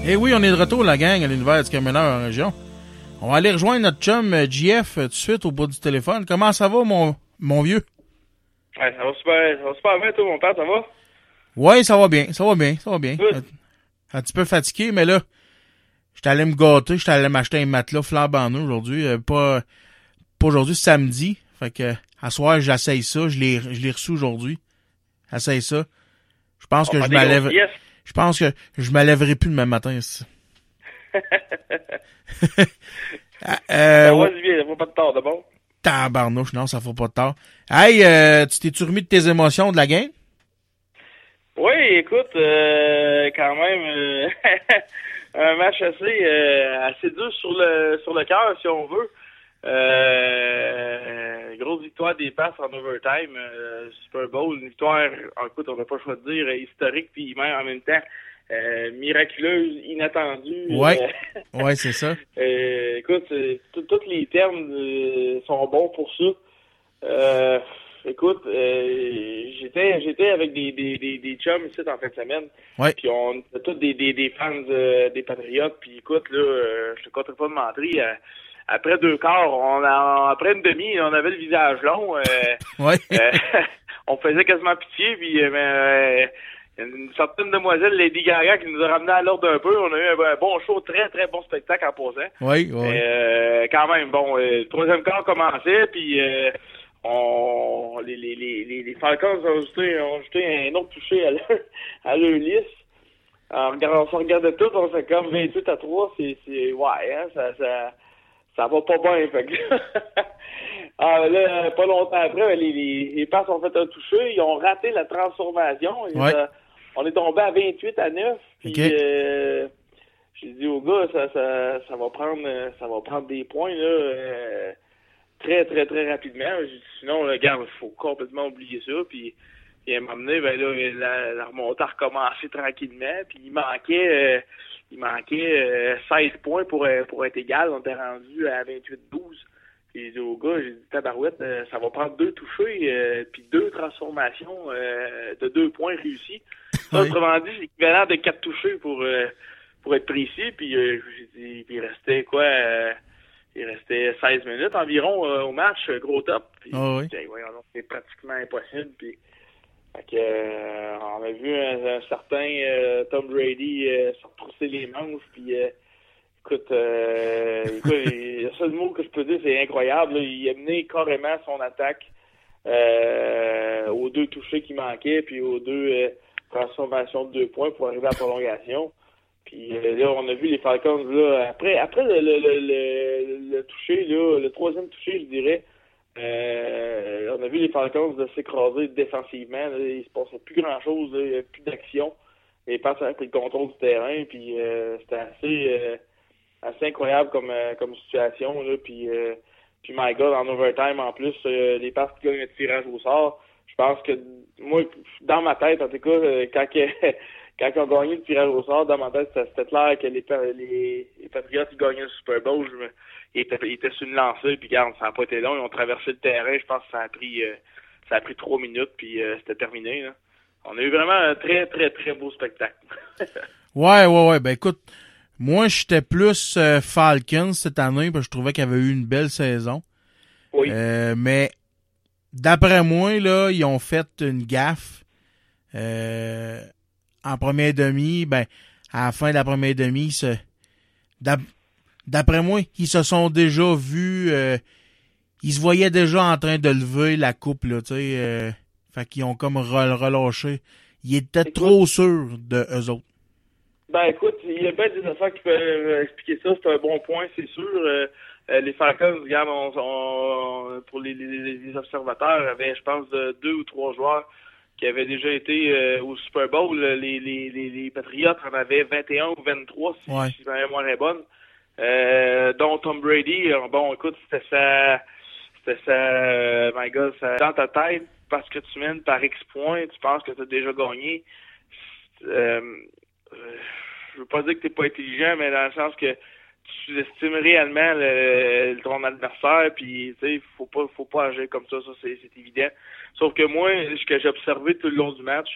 Eh oui, on est de retour, la gang, à l'univers du camionneur en région. On va aller rejoindre notre chum euh, J F euh, tout de suite au bout du téléphone. Comment ça va, mon, mon vieux? Ouais, ça va super, ça va super bien, toi, mon père, ça va? Ouais, ça va bien, ça va bien, ça va bien. Good. Un, un petit peu fatigué, mais là, j'étais allé me gâter, j'étais allé m'acheter un matelas flambant neuf aujourd'hui. Euh, pas, pas aujourd'hui, samedi. Fait que, à soir, j'essaye ça. Je l'ai, je l'ai reçu aujourd'hui. Essaye ça. Je pense On que va je faire des m'allève. grosses pièces. Je pense que je me lèverai plus demain matin. ici. euh, ça va ouais. du bien, ça va pas de tort, de bon? Tabarnouche, non, ça fait pas de tard. Hey, euh, tu t'es-tu remis de tes émotions de la game? Oui, écoute, euh, quand même, euh, un match assez euh, assez dur sur le sur le cœur, si on veut. Euh, grosse victoire des Pats en overtime, euh, Super Bowl, une victoire, écoute, on n'a pas le choix de dire, historique, puis même en même temps, euh, miraculeuse, inattendue. Ouais, euh, ouais, c'est ça. euh, écoute, tous les termes euh, sont bons pour ça. Euh, écoute, euh, j'étais j'étais avec des, des, des, des chums ici en fin de semaine. Ouais. Puis on était tous des, des, des fans euh, des Patriotes. Puis écoute, là, euh, je te compterai pas de mentir. Euh, après deux quarts, on a, après une demi, on avait le visage long. Euh, ouais. euh, on faisait quasiment pitié. Puis euh, euh, une certaine demoiselle, Lady Gaga, qui nous a ramené à l'ordre un peu. On a eu un, un bon show, très très bon spectacle en posant. Oui, oui. Euh, quand même, bon, euh, le troisième quart commençait, puis euh, on les, les, les, les Falcons ont ajouté, ont ajouté un autre touché à leur, à leur liste. En regardant, on se regardait tout, on fait comme vingt-huit à trois, c'est, c'est ouais, hein, ça, ça, ça va pas bien, fait que ah, là, pas longtemps après, les, les, les Pats ont fait un touché, ils ont raté la transformation. Ouais. A, on est tombé à vingt-huit à neuf, puis okay. euh, j'ai dit au gars, ça, ça, ça va prendre, ça va prendre des points, là, euh, très, très, très rapidement. J'ai dit, sinon, le gars, il faut complètement oublier ça, puis il m'a amené, ben là, la, la remontée a recommencé tranquillement, puis il manquait, euh, il manquait euh, seize points pour, pour être égal. On était rendu à vingt-huit douze. Puis j'ai dit au gars, j'ai dit, tabarouette, euh, ça va prendre deux touchés, euh, puis deux transformations euh, de deux points réussis. Ça, oui. Autrement dit, c'est l'équivalent de quatre touchés pour, euh, pour être précis. Puis euh, j'ai dit, puis il restait quoi, euh, il restait seize minutes environ euh, au match, gros top. Puis oh, oui. j'ai dit, voyons, c'est pratiquement impossible. Puis fait que, euh, on a vu un, un certain euh, Tom Brady euh, se retrousser les manches, puis euh, écoute, euh, écoute le seul mot que je peux dire, c'est incroyable. Là, il a mené carrément son attaque euh, aux deux touchés qui manquaient, puis aux deux euh, transformations de deux points pour arriver à la prolongation. Puis euh, là, on a vu les Falcons, là, après après le, le, le, le, le toucher, là, le troisième touché, je dirais, Euh, on a vu les Falcons de s'écraser défensivement. Là, il se passait plus grand-chose, là, il n'y avait plus d'action. Les Pats avaient pris le contrôle du terrain, puis euh, c'était assez euh, assez incroyable comme euh, comme situation. Là, puis, euh, puis my God, en overtime, en plus, euh, les Pats qui gagnent le tirage au sort. Je pense que, moi, dans ma tête, en tout cas, euh, quand, que, quand ils ont gagné le tirage au sort, dans ma tête, c'était clair que les, les, les Patriots ils gagnaient le Super Bowl. Je me, Ils étaient, ils étaient sur une lancée, puis regarde, ça n'a pas été long. Ils ont traversé le terrain. Je pense que ça a pris euh, ça a pris trois minutes, puis euh, c'était terminé. Là. On a eu vraiment un très, très, très beau spectacle. ouais, ouais, ouais. Ben écoute, moi, j'étais plus euh, Falcons cette année, parce que je trouvais qu'il y avait eu une belle saison. Oui. Euh, mais d'après moi, là, ils ont fait une gaffe. Euh, en première demi, ben, à la fin de la première demi, se... D'après moi, ils se sont déjà vus, euh, ils se voyaient déjà en train de lever la coupe, là, tu sais, euh, fait qu'ils ont comme re- relâché. Ils étaient écoute, trop sûrs de eux autres. Ben écoute, il y a bien des affaires qui peuvent expliquer ça, c'est un bon point, c'est sûr. Euh, euh, les Falcons, regarde, on, on, pour les, les, les observateurs, avaient, je pense, deux ou trois joueurs qui avaient déjà été euh, au Super Bowl. Les, les, les, les Patriots en avaient vingt et un ou vingt-trois, si, ouais. si ma mémoire est bonne. Euh, dont Tom Brady, bon, écoute, c'était ça, c'était ça, euh, my God, ça, dans ta tête, parce que tu mènes par X points, tu penses que tu as déjà gagné. Euh, euh, je veux pas dire que t'es pas intelligent, mais dans le sens que tu sous-estimes réellement le, le, ton adversaire, puis tu sais, faut pas, faut pas agir comme ça, ça c'est, c'est évident. Sauf que moi, ce que j'ai observé tout le long du match,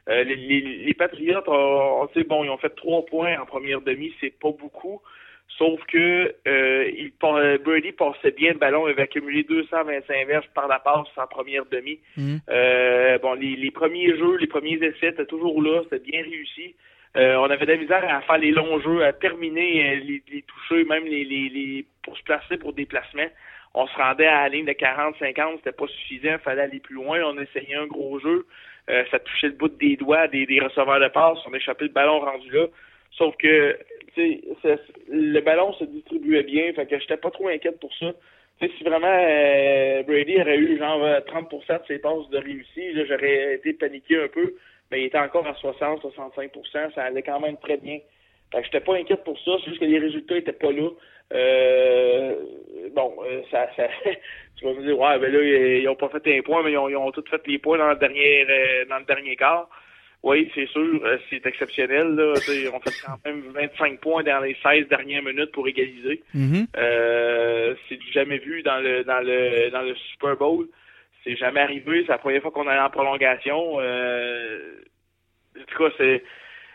Euh, les, les, les Patriots, on, on sait, bon, ils ont fait trois points en première demi, c'est pas beaucoup. Sauf que euh, il, Brady passait bien le ballon, il avait accumulé deux cent vingt-cinq verges par la passe en première demi. Mmh. Euh, bon, les, les premiers jeux, les premiers essais étaient toujours là, c'était bien réussi. Euh, on avait de la misère à faire les longs jeux, à terminer euh, les, les touchés, même les, les, les pour se placer pour des placements. On se rendait à la ligne de quarante cinquante, c'était pas suffisant, il fallait aller plus loin. On essayait un gros jeu, euh, ça touchait le bout des doigts des, des receveurs de passe, on échappait le ballon rendu là. Sauf que tu sais, le ballon se distribuait bien, fait que j'étais pas trop inquiète pour ça. Tu sais, si vraiment euh, Brady aurait eu genre trente pour cent de ses passes de réussite, là, j'aurais été paniqué un peu, mais il était encore à soixante à soixante-cinq pour cent, ça allait quand même très bien. Fait que j'étais pas inquiète pour ça, c'est juste que les résultats étaient pas là. Euh, bon, euh, ça, ça tu vas me dire, ouais, ben là, ils ont pas fait un point, mais ils ont, ils ont tous fait les points dans le dernier, euh, dans le dernier quart. Oui, c'est sûr, c'est exceptionnel. Là. On fait quand même vingt-cinq points dans les seize dernières minutes pour égaliser. Mm-hmm. Euh, c'est du jamais vu dans le dans le dans le Super Bowl. C'est jamais arrivé. C'est la première fois qu'on allait en prolongation. Euh, en tout cas, c'est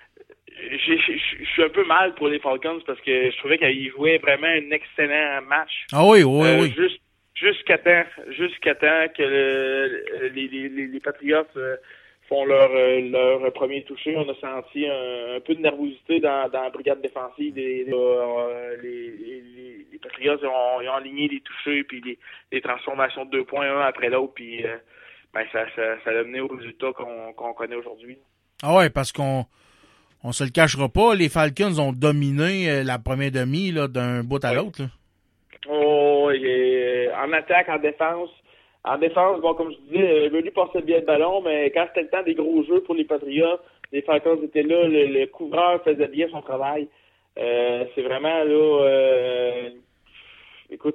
je suis un peu mal pour les Falcons parce que je trouvais qu'ils jouaient vraiment un excellent match. Ah oui, oui, euh, oui. Juste jusqu'à temps, jusqu'à temps que le, les, les, les Patriots euh, font leur leur premier toucher. On a senti un, un peu de nervosité dans, dans la brigade défensive. Des, des, euh, les, les, les Patriots ont, ils ont aligné les touchés puis les, les transformations de deux points un après l'autre. Puis euh, ben ça, ça, ça a mené au résultat qu'on qu'on connaît aujourd'hui. Ah ouais, parce qu'on on se le cachera pas, les Falcons ont dominé la première demi là, d'un bout à oui. l'autre. Là. Oh, et, en attaque, en défense. En défense, bon, comme je disais, Brady passait bien le ballon, mais quand c'était le temps des gros jeux pour les Patriots, les Falcons étaient là, le, le couvreur faisait bien son travail. Euh, c'est vraiment là, euh, écoute,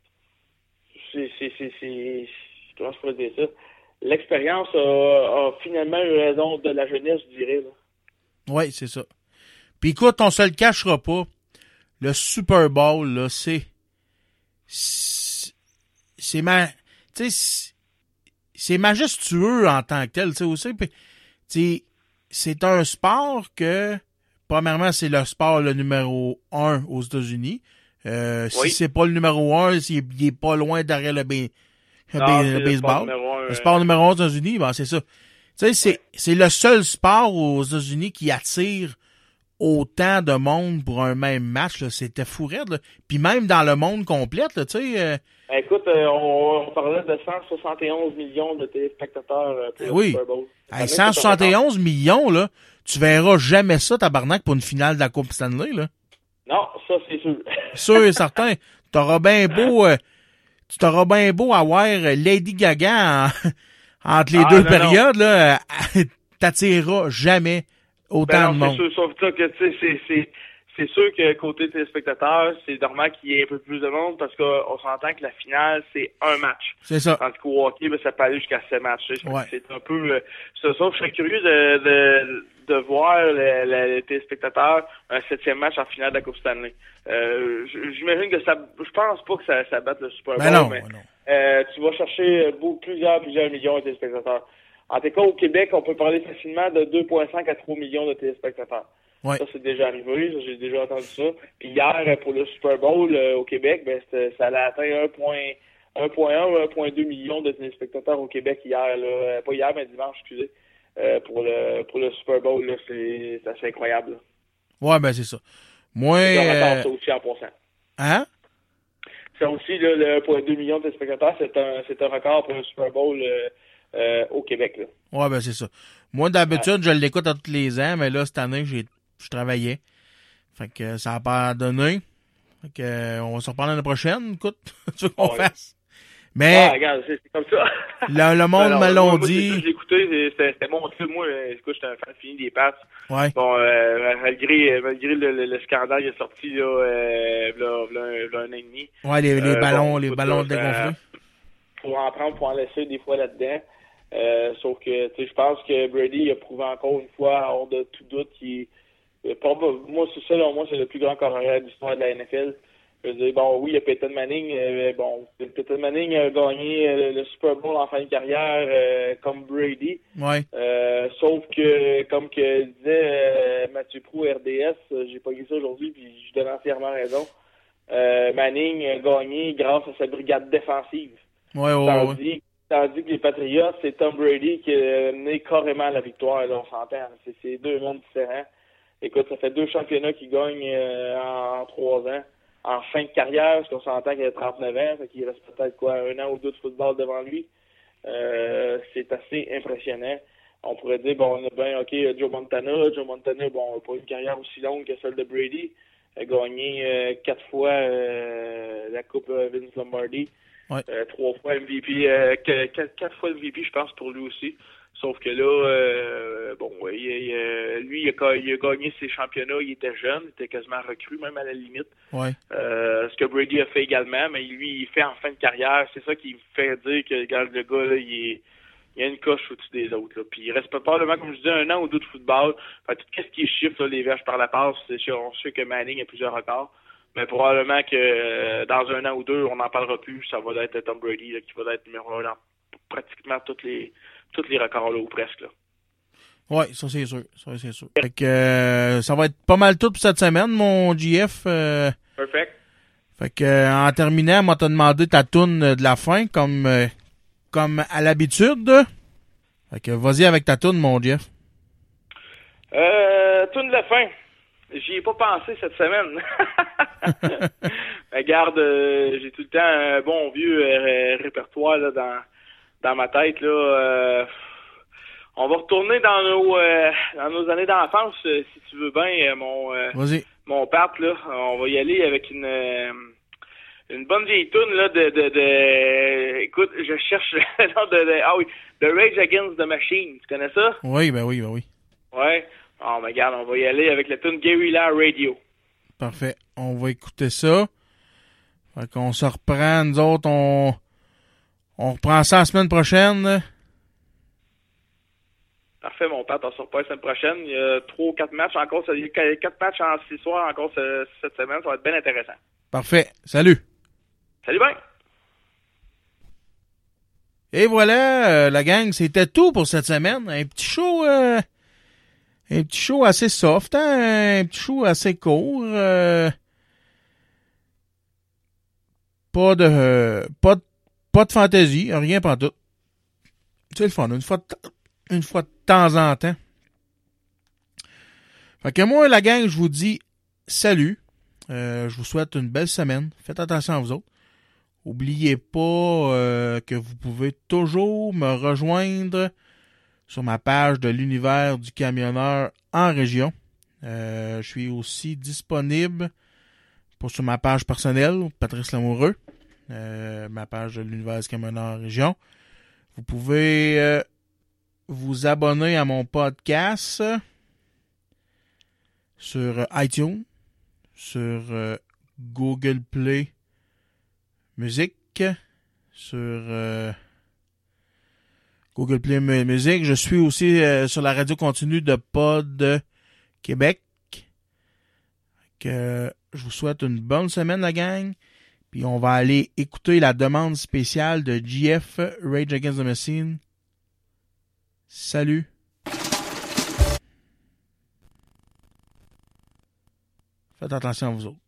c'est, c'est, c'est, c'est, comment je pourrais dire ça? L'expérience a, a finalement eu raison de la jeunesse, je dirais. Là. Oui, c'est ça. Puis écoute, on se le cachera pas. Le Super Bowl, là, c'est, c'est, c'est ma, tu sais, c'est majestueux en tant que tel, tu sais, aussi. Puis, tu sais, c'est un sport que, premièrement, c'est le sport le numéro un aux États-Unis. Euh, oui. Si c'est pas le numéro un, il, il est pas loin derrière le, ba- le, non, ba- le le baseball. Sport un, le sport numéro un aux États-Unis, ben, c'est ça. Tu sais, c'est, ouais. c'est le seul sport aux États-Unis qui attire autant de monde pour un même match, là. C'était fou raide, là. Puis même dans le monde complet, tu sais. Euh... Écoute, euh, on, on parlait de cent soixante et onze millions de téléspectateurs euh, pour oui. le Super Bowl. Hey, cent soixante et onze millions, là, tu verras jamais ça, tabarnak, pour une finale de la Coupe Stanley, là. Non, ça, c'est sûr. Sûr et certain. T'auras bien beau, euh, tu t'auras bien beau avoir Lady Gaga en, entre les ah, deux non, périodes, non. là, t'attireras jamais autant ben non, de monde. C'est sûr, sauf ça que, tu sais, c'est, c'est, c'est sûr que côté téléspectateur, c'est normal qu'il y ait un peu plus de monde parce qu'on s'entend que la finale, c'est un match. C'est ça. Tandis qu'au hockey, ben, ça peut aller jusqu'à sept matchs. Ouais. C'est un peu, euh, c'est ça, je serais curieux de, de, de voir le, le, le téléspectateur un septième match en finale de la Coupe Stanley. Euh, j'imagine que ça, je pense pas que ça, ça batte le Super Bowl, ben non, mais, ben non. Euh, tu vas chercher beaucoup, plusieurs, plusieurs millions de téléspectateurs. En tout cas, au Québec, on peut parler facilement de deux virgule cinq à trois millions de téléspectateurs. Ouais. Ça, c'est déjà arrivé, ça, j'ai déjà entendu ça. Puis hier, pour le Super Bowl euh, au Québec, ben, ça allait atteindre un virgule un ou un virgule deux millions de téléspectateurs au Québec hier, là. Pas hier, mais dimanche, excusez. Euh, pour le pour le Super Bowl, là, c'est, c'est assez incroyable. Là. Ouais, ben c'est ça. Moi, euh... ça aussi en passant. Hein? Ça aussi, là, le un virgule deux millions de téléspectateurs, c'est un c'est un record pour le Super Bowl euh, euh, au Québec. Là. Ouais, ben c'est ça. Moi, d'habitude, ouais. je l'écoute à tous les ans, mais là, cette année, j'ai je travaillais. Fait que ça n'a pas donné. Fait que on va se reprendre l'année prochaine, écoute, tu veux qu'on ouais. fasse. Mais ah, regarde, c'est, c'est comme ça. le, le monde alors, me l'ont moi, dit. Moi, j'ai écouté, c'était, c'était mon truc. Moi, écoute, j'étais un fan fini des Pats. Ouais. Bon, euh, malgré, malgré le, le, le scandale qui est sorti là, euh, là, là, là, un an et demi. Ouais, les, les euh, ballons, bon, les écoute, ballons là, dégonflés. Pour en prendre, pour en laisser des fois là-dedans. Euh, sauf que, tu sais, je pense que Brady a prouvé encore une fois, hors de tout doute, qu'il est, moi, c'est ça, là, moi, c'est le plus grand carrière de l'histoire de la N F L. Je veux dire, bon, oui, il y a Peyton Manning. Euh, bon, Peyton Manning a gagné euh, le Super Bowl en fin de carrière euh, comme Brady. Ouais. Euh, sauf que, comme que disait euh, Mathieu Proulx, R D S, euh, j'ai pas vu ça aujourd'hui, puis je donne entièrement raison. Euh, Manning a gagné grâce à sa brigade défensive. Ouais, ouais, tandis, ouais. tandis que les Patriots, c'est Tom Brady qui a mené carrément à la victoire, là, on s'entend. C'est, c'est deux mondes différents. Écoute, ça fait deux championnats qui gagnent euh, en, en trois ans. En fin de carrière, parce qu'on s'entend qu'il a trente-neuf ans, fait qu'il reste peut-être quoi, un an ou deux de football devant lui. Euh, c'est assez impressionnant. On pourrait dire, bon, on a bien, OK, Joe Montana. Joe Montana, bon, n'a pas une carrière aussi longue que celle de Brady. Il a gagné euh, quatre fois euh, la Coupe Vince Lombardi. Ouais. Euh, trois fois M V P, euh, quatre, quatre fois M V P, je pense, pour lui aussi. Sauf que là, euh, bon, il, il, lui, il a, il a gagné ses championnats, il était jeune, il était quasiment recru, même à la limite. Ouais. Euh, ce que Brady a fait également, mais lui, il fait en fin de carrière. C'est ça qui me fait dire que regarde, le gars, là, il, est, il a une coche au-dessus des autres. Là. Puis il reste probablement, comme je disais, un an ou deux de football. Fait, tout ce qui est chiffre, là, les verges par la passe, c'est sûr, on sait que Manning a plusieurs records. Mais probablement que euh, dans un an ou deux, on n'en parlera plus. Ça va être Tom Brady là, qui va être numéro un dans pratiquement toutes les tous les records là, ou presque. Là. Oui, ça c'est sûr. Ça c'est sûr. Fait que euh, ça va être pas mal tout pour cette semaine, mon G F. Euh, Perfect. Fait que euh, en terminant, moi t'as demandé ta toune de la fin, comme euh, comme à l'habitude. Fait que vas-y avec ta toune, mon Jeff. Euh, toune de la fin. J'y ai pas pensé cette semaine. Regarde, euh, j'ai tout le temps un bon vieux euh, répertoire là, dans dans ma tête. Là, euh, on va retourner dans nos euh, dans nos années d'enfance, euh, si tu veux bien, euh, mon euh, Vas-y. mon Pat, là. On va y aller avec une euh, une bonne vieille toune là de, de de écoute, je cherche le nom de, de ah oui, The Rage Against the Machine. Tu connais ça? Oui, ben oui, ben oui. Ouais. Oh, mais regarde, on va y aller avec la tune Guerrilla Radio. Parfait. On va écouter ça. Fait qu'on se reprend, nous autres, on, on reprend ça la semaine prochaine. Parfait, mon père, on se reprend la semaine prochaine. Il y a trois ou quatre matchs encore. Il y a quatre matchs en six soirs encore ce, cette semaine. Ça va être bien intéressant. Parfait. Salut. Salut, ben. Et voilà, euh, la gang, c'était tout pour cette semaine. Un petit show... Euh... Un petit show assez soft, hein? Un petit show assez court. Euh... Pas de euh, pas de pas de fantaisie, rien pantoute. C'est le fun, une fois de t- une fois de temps en temps. Fait que moi, la gang, je vous dis salut. Euh, je vous souhaite une belle semaine. Faites attention à vous autres. Oubliez pas euh, que vous pouvez toujours me rejoindre sur ma page de l'univers du camionneur en région. Euh, je suis aussi disponible pour sur ma page personnelle, Patrice Lamoureux, euh, ma page de l'univers du camionneur en région. Vous pouvez euh, vous abonner à mon podcast sur iTunes, sur euh, Google Play Musique, sur... Euh, Google Play Music. Je suis aussi euh, sur la radio continue de Pod Québec. Que je vous souhaite une bonne semaine, la gang. Puis on va aller écouter la demande spéciale de G F, Rage Against the Machine. Salut. Faites attention à vous autres.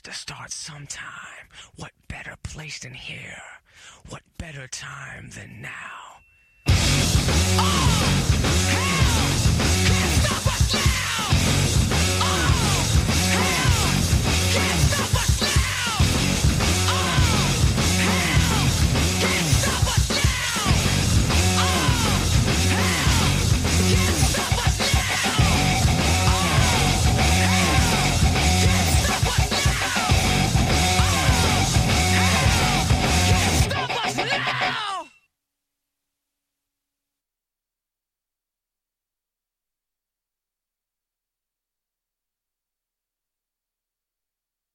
to start sometime. What better place than here? What better time than now?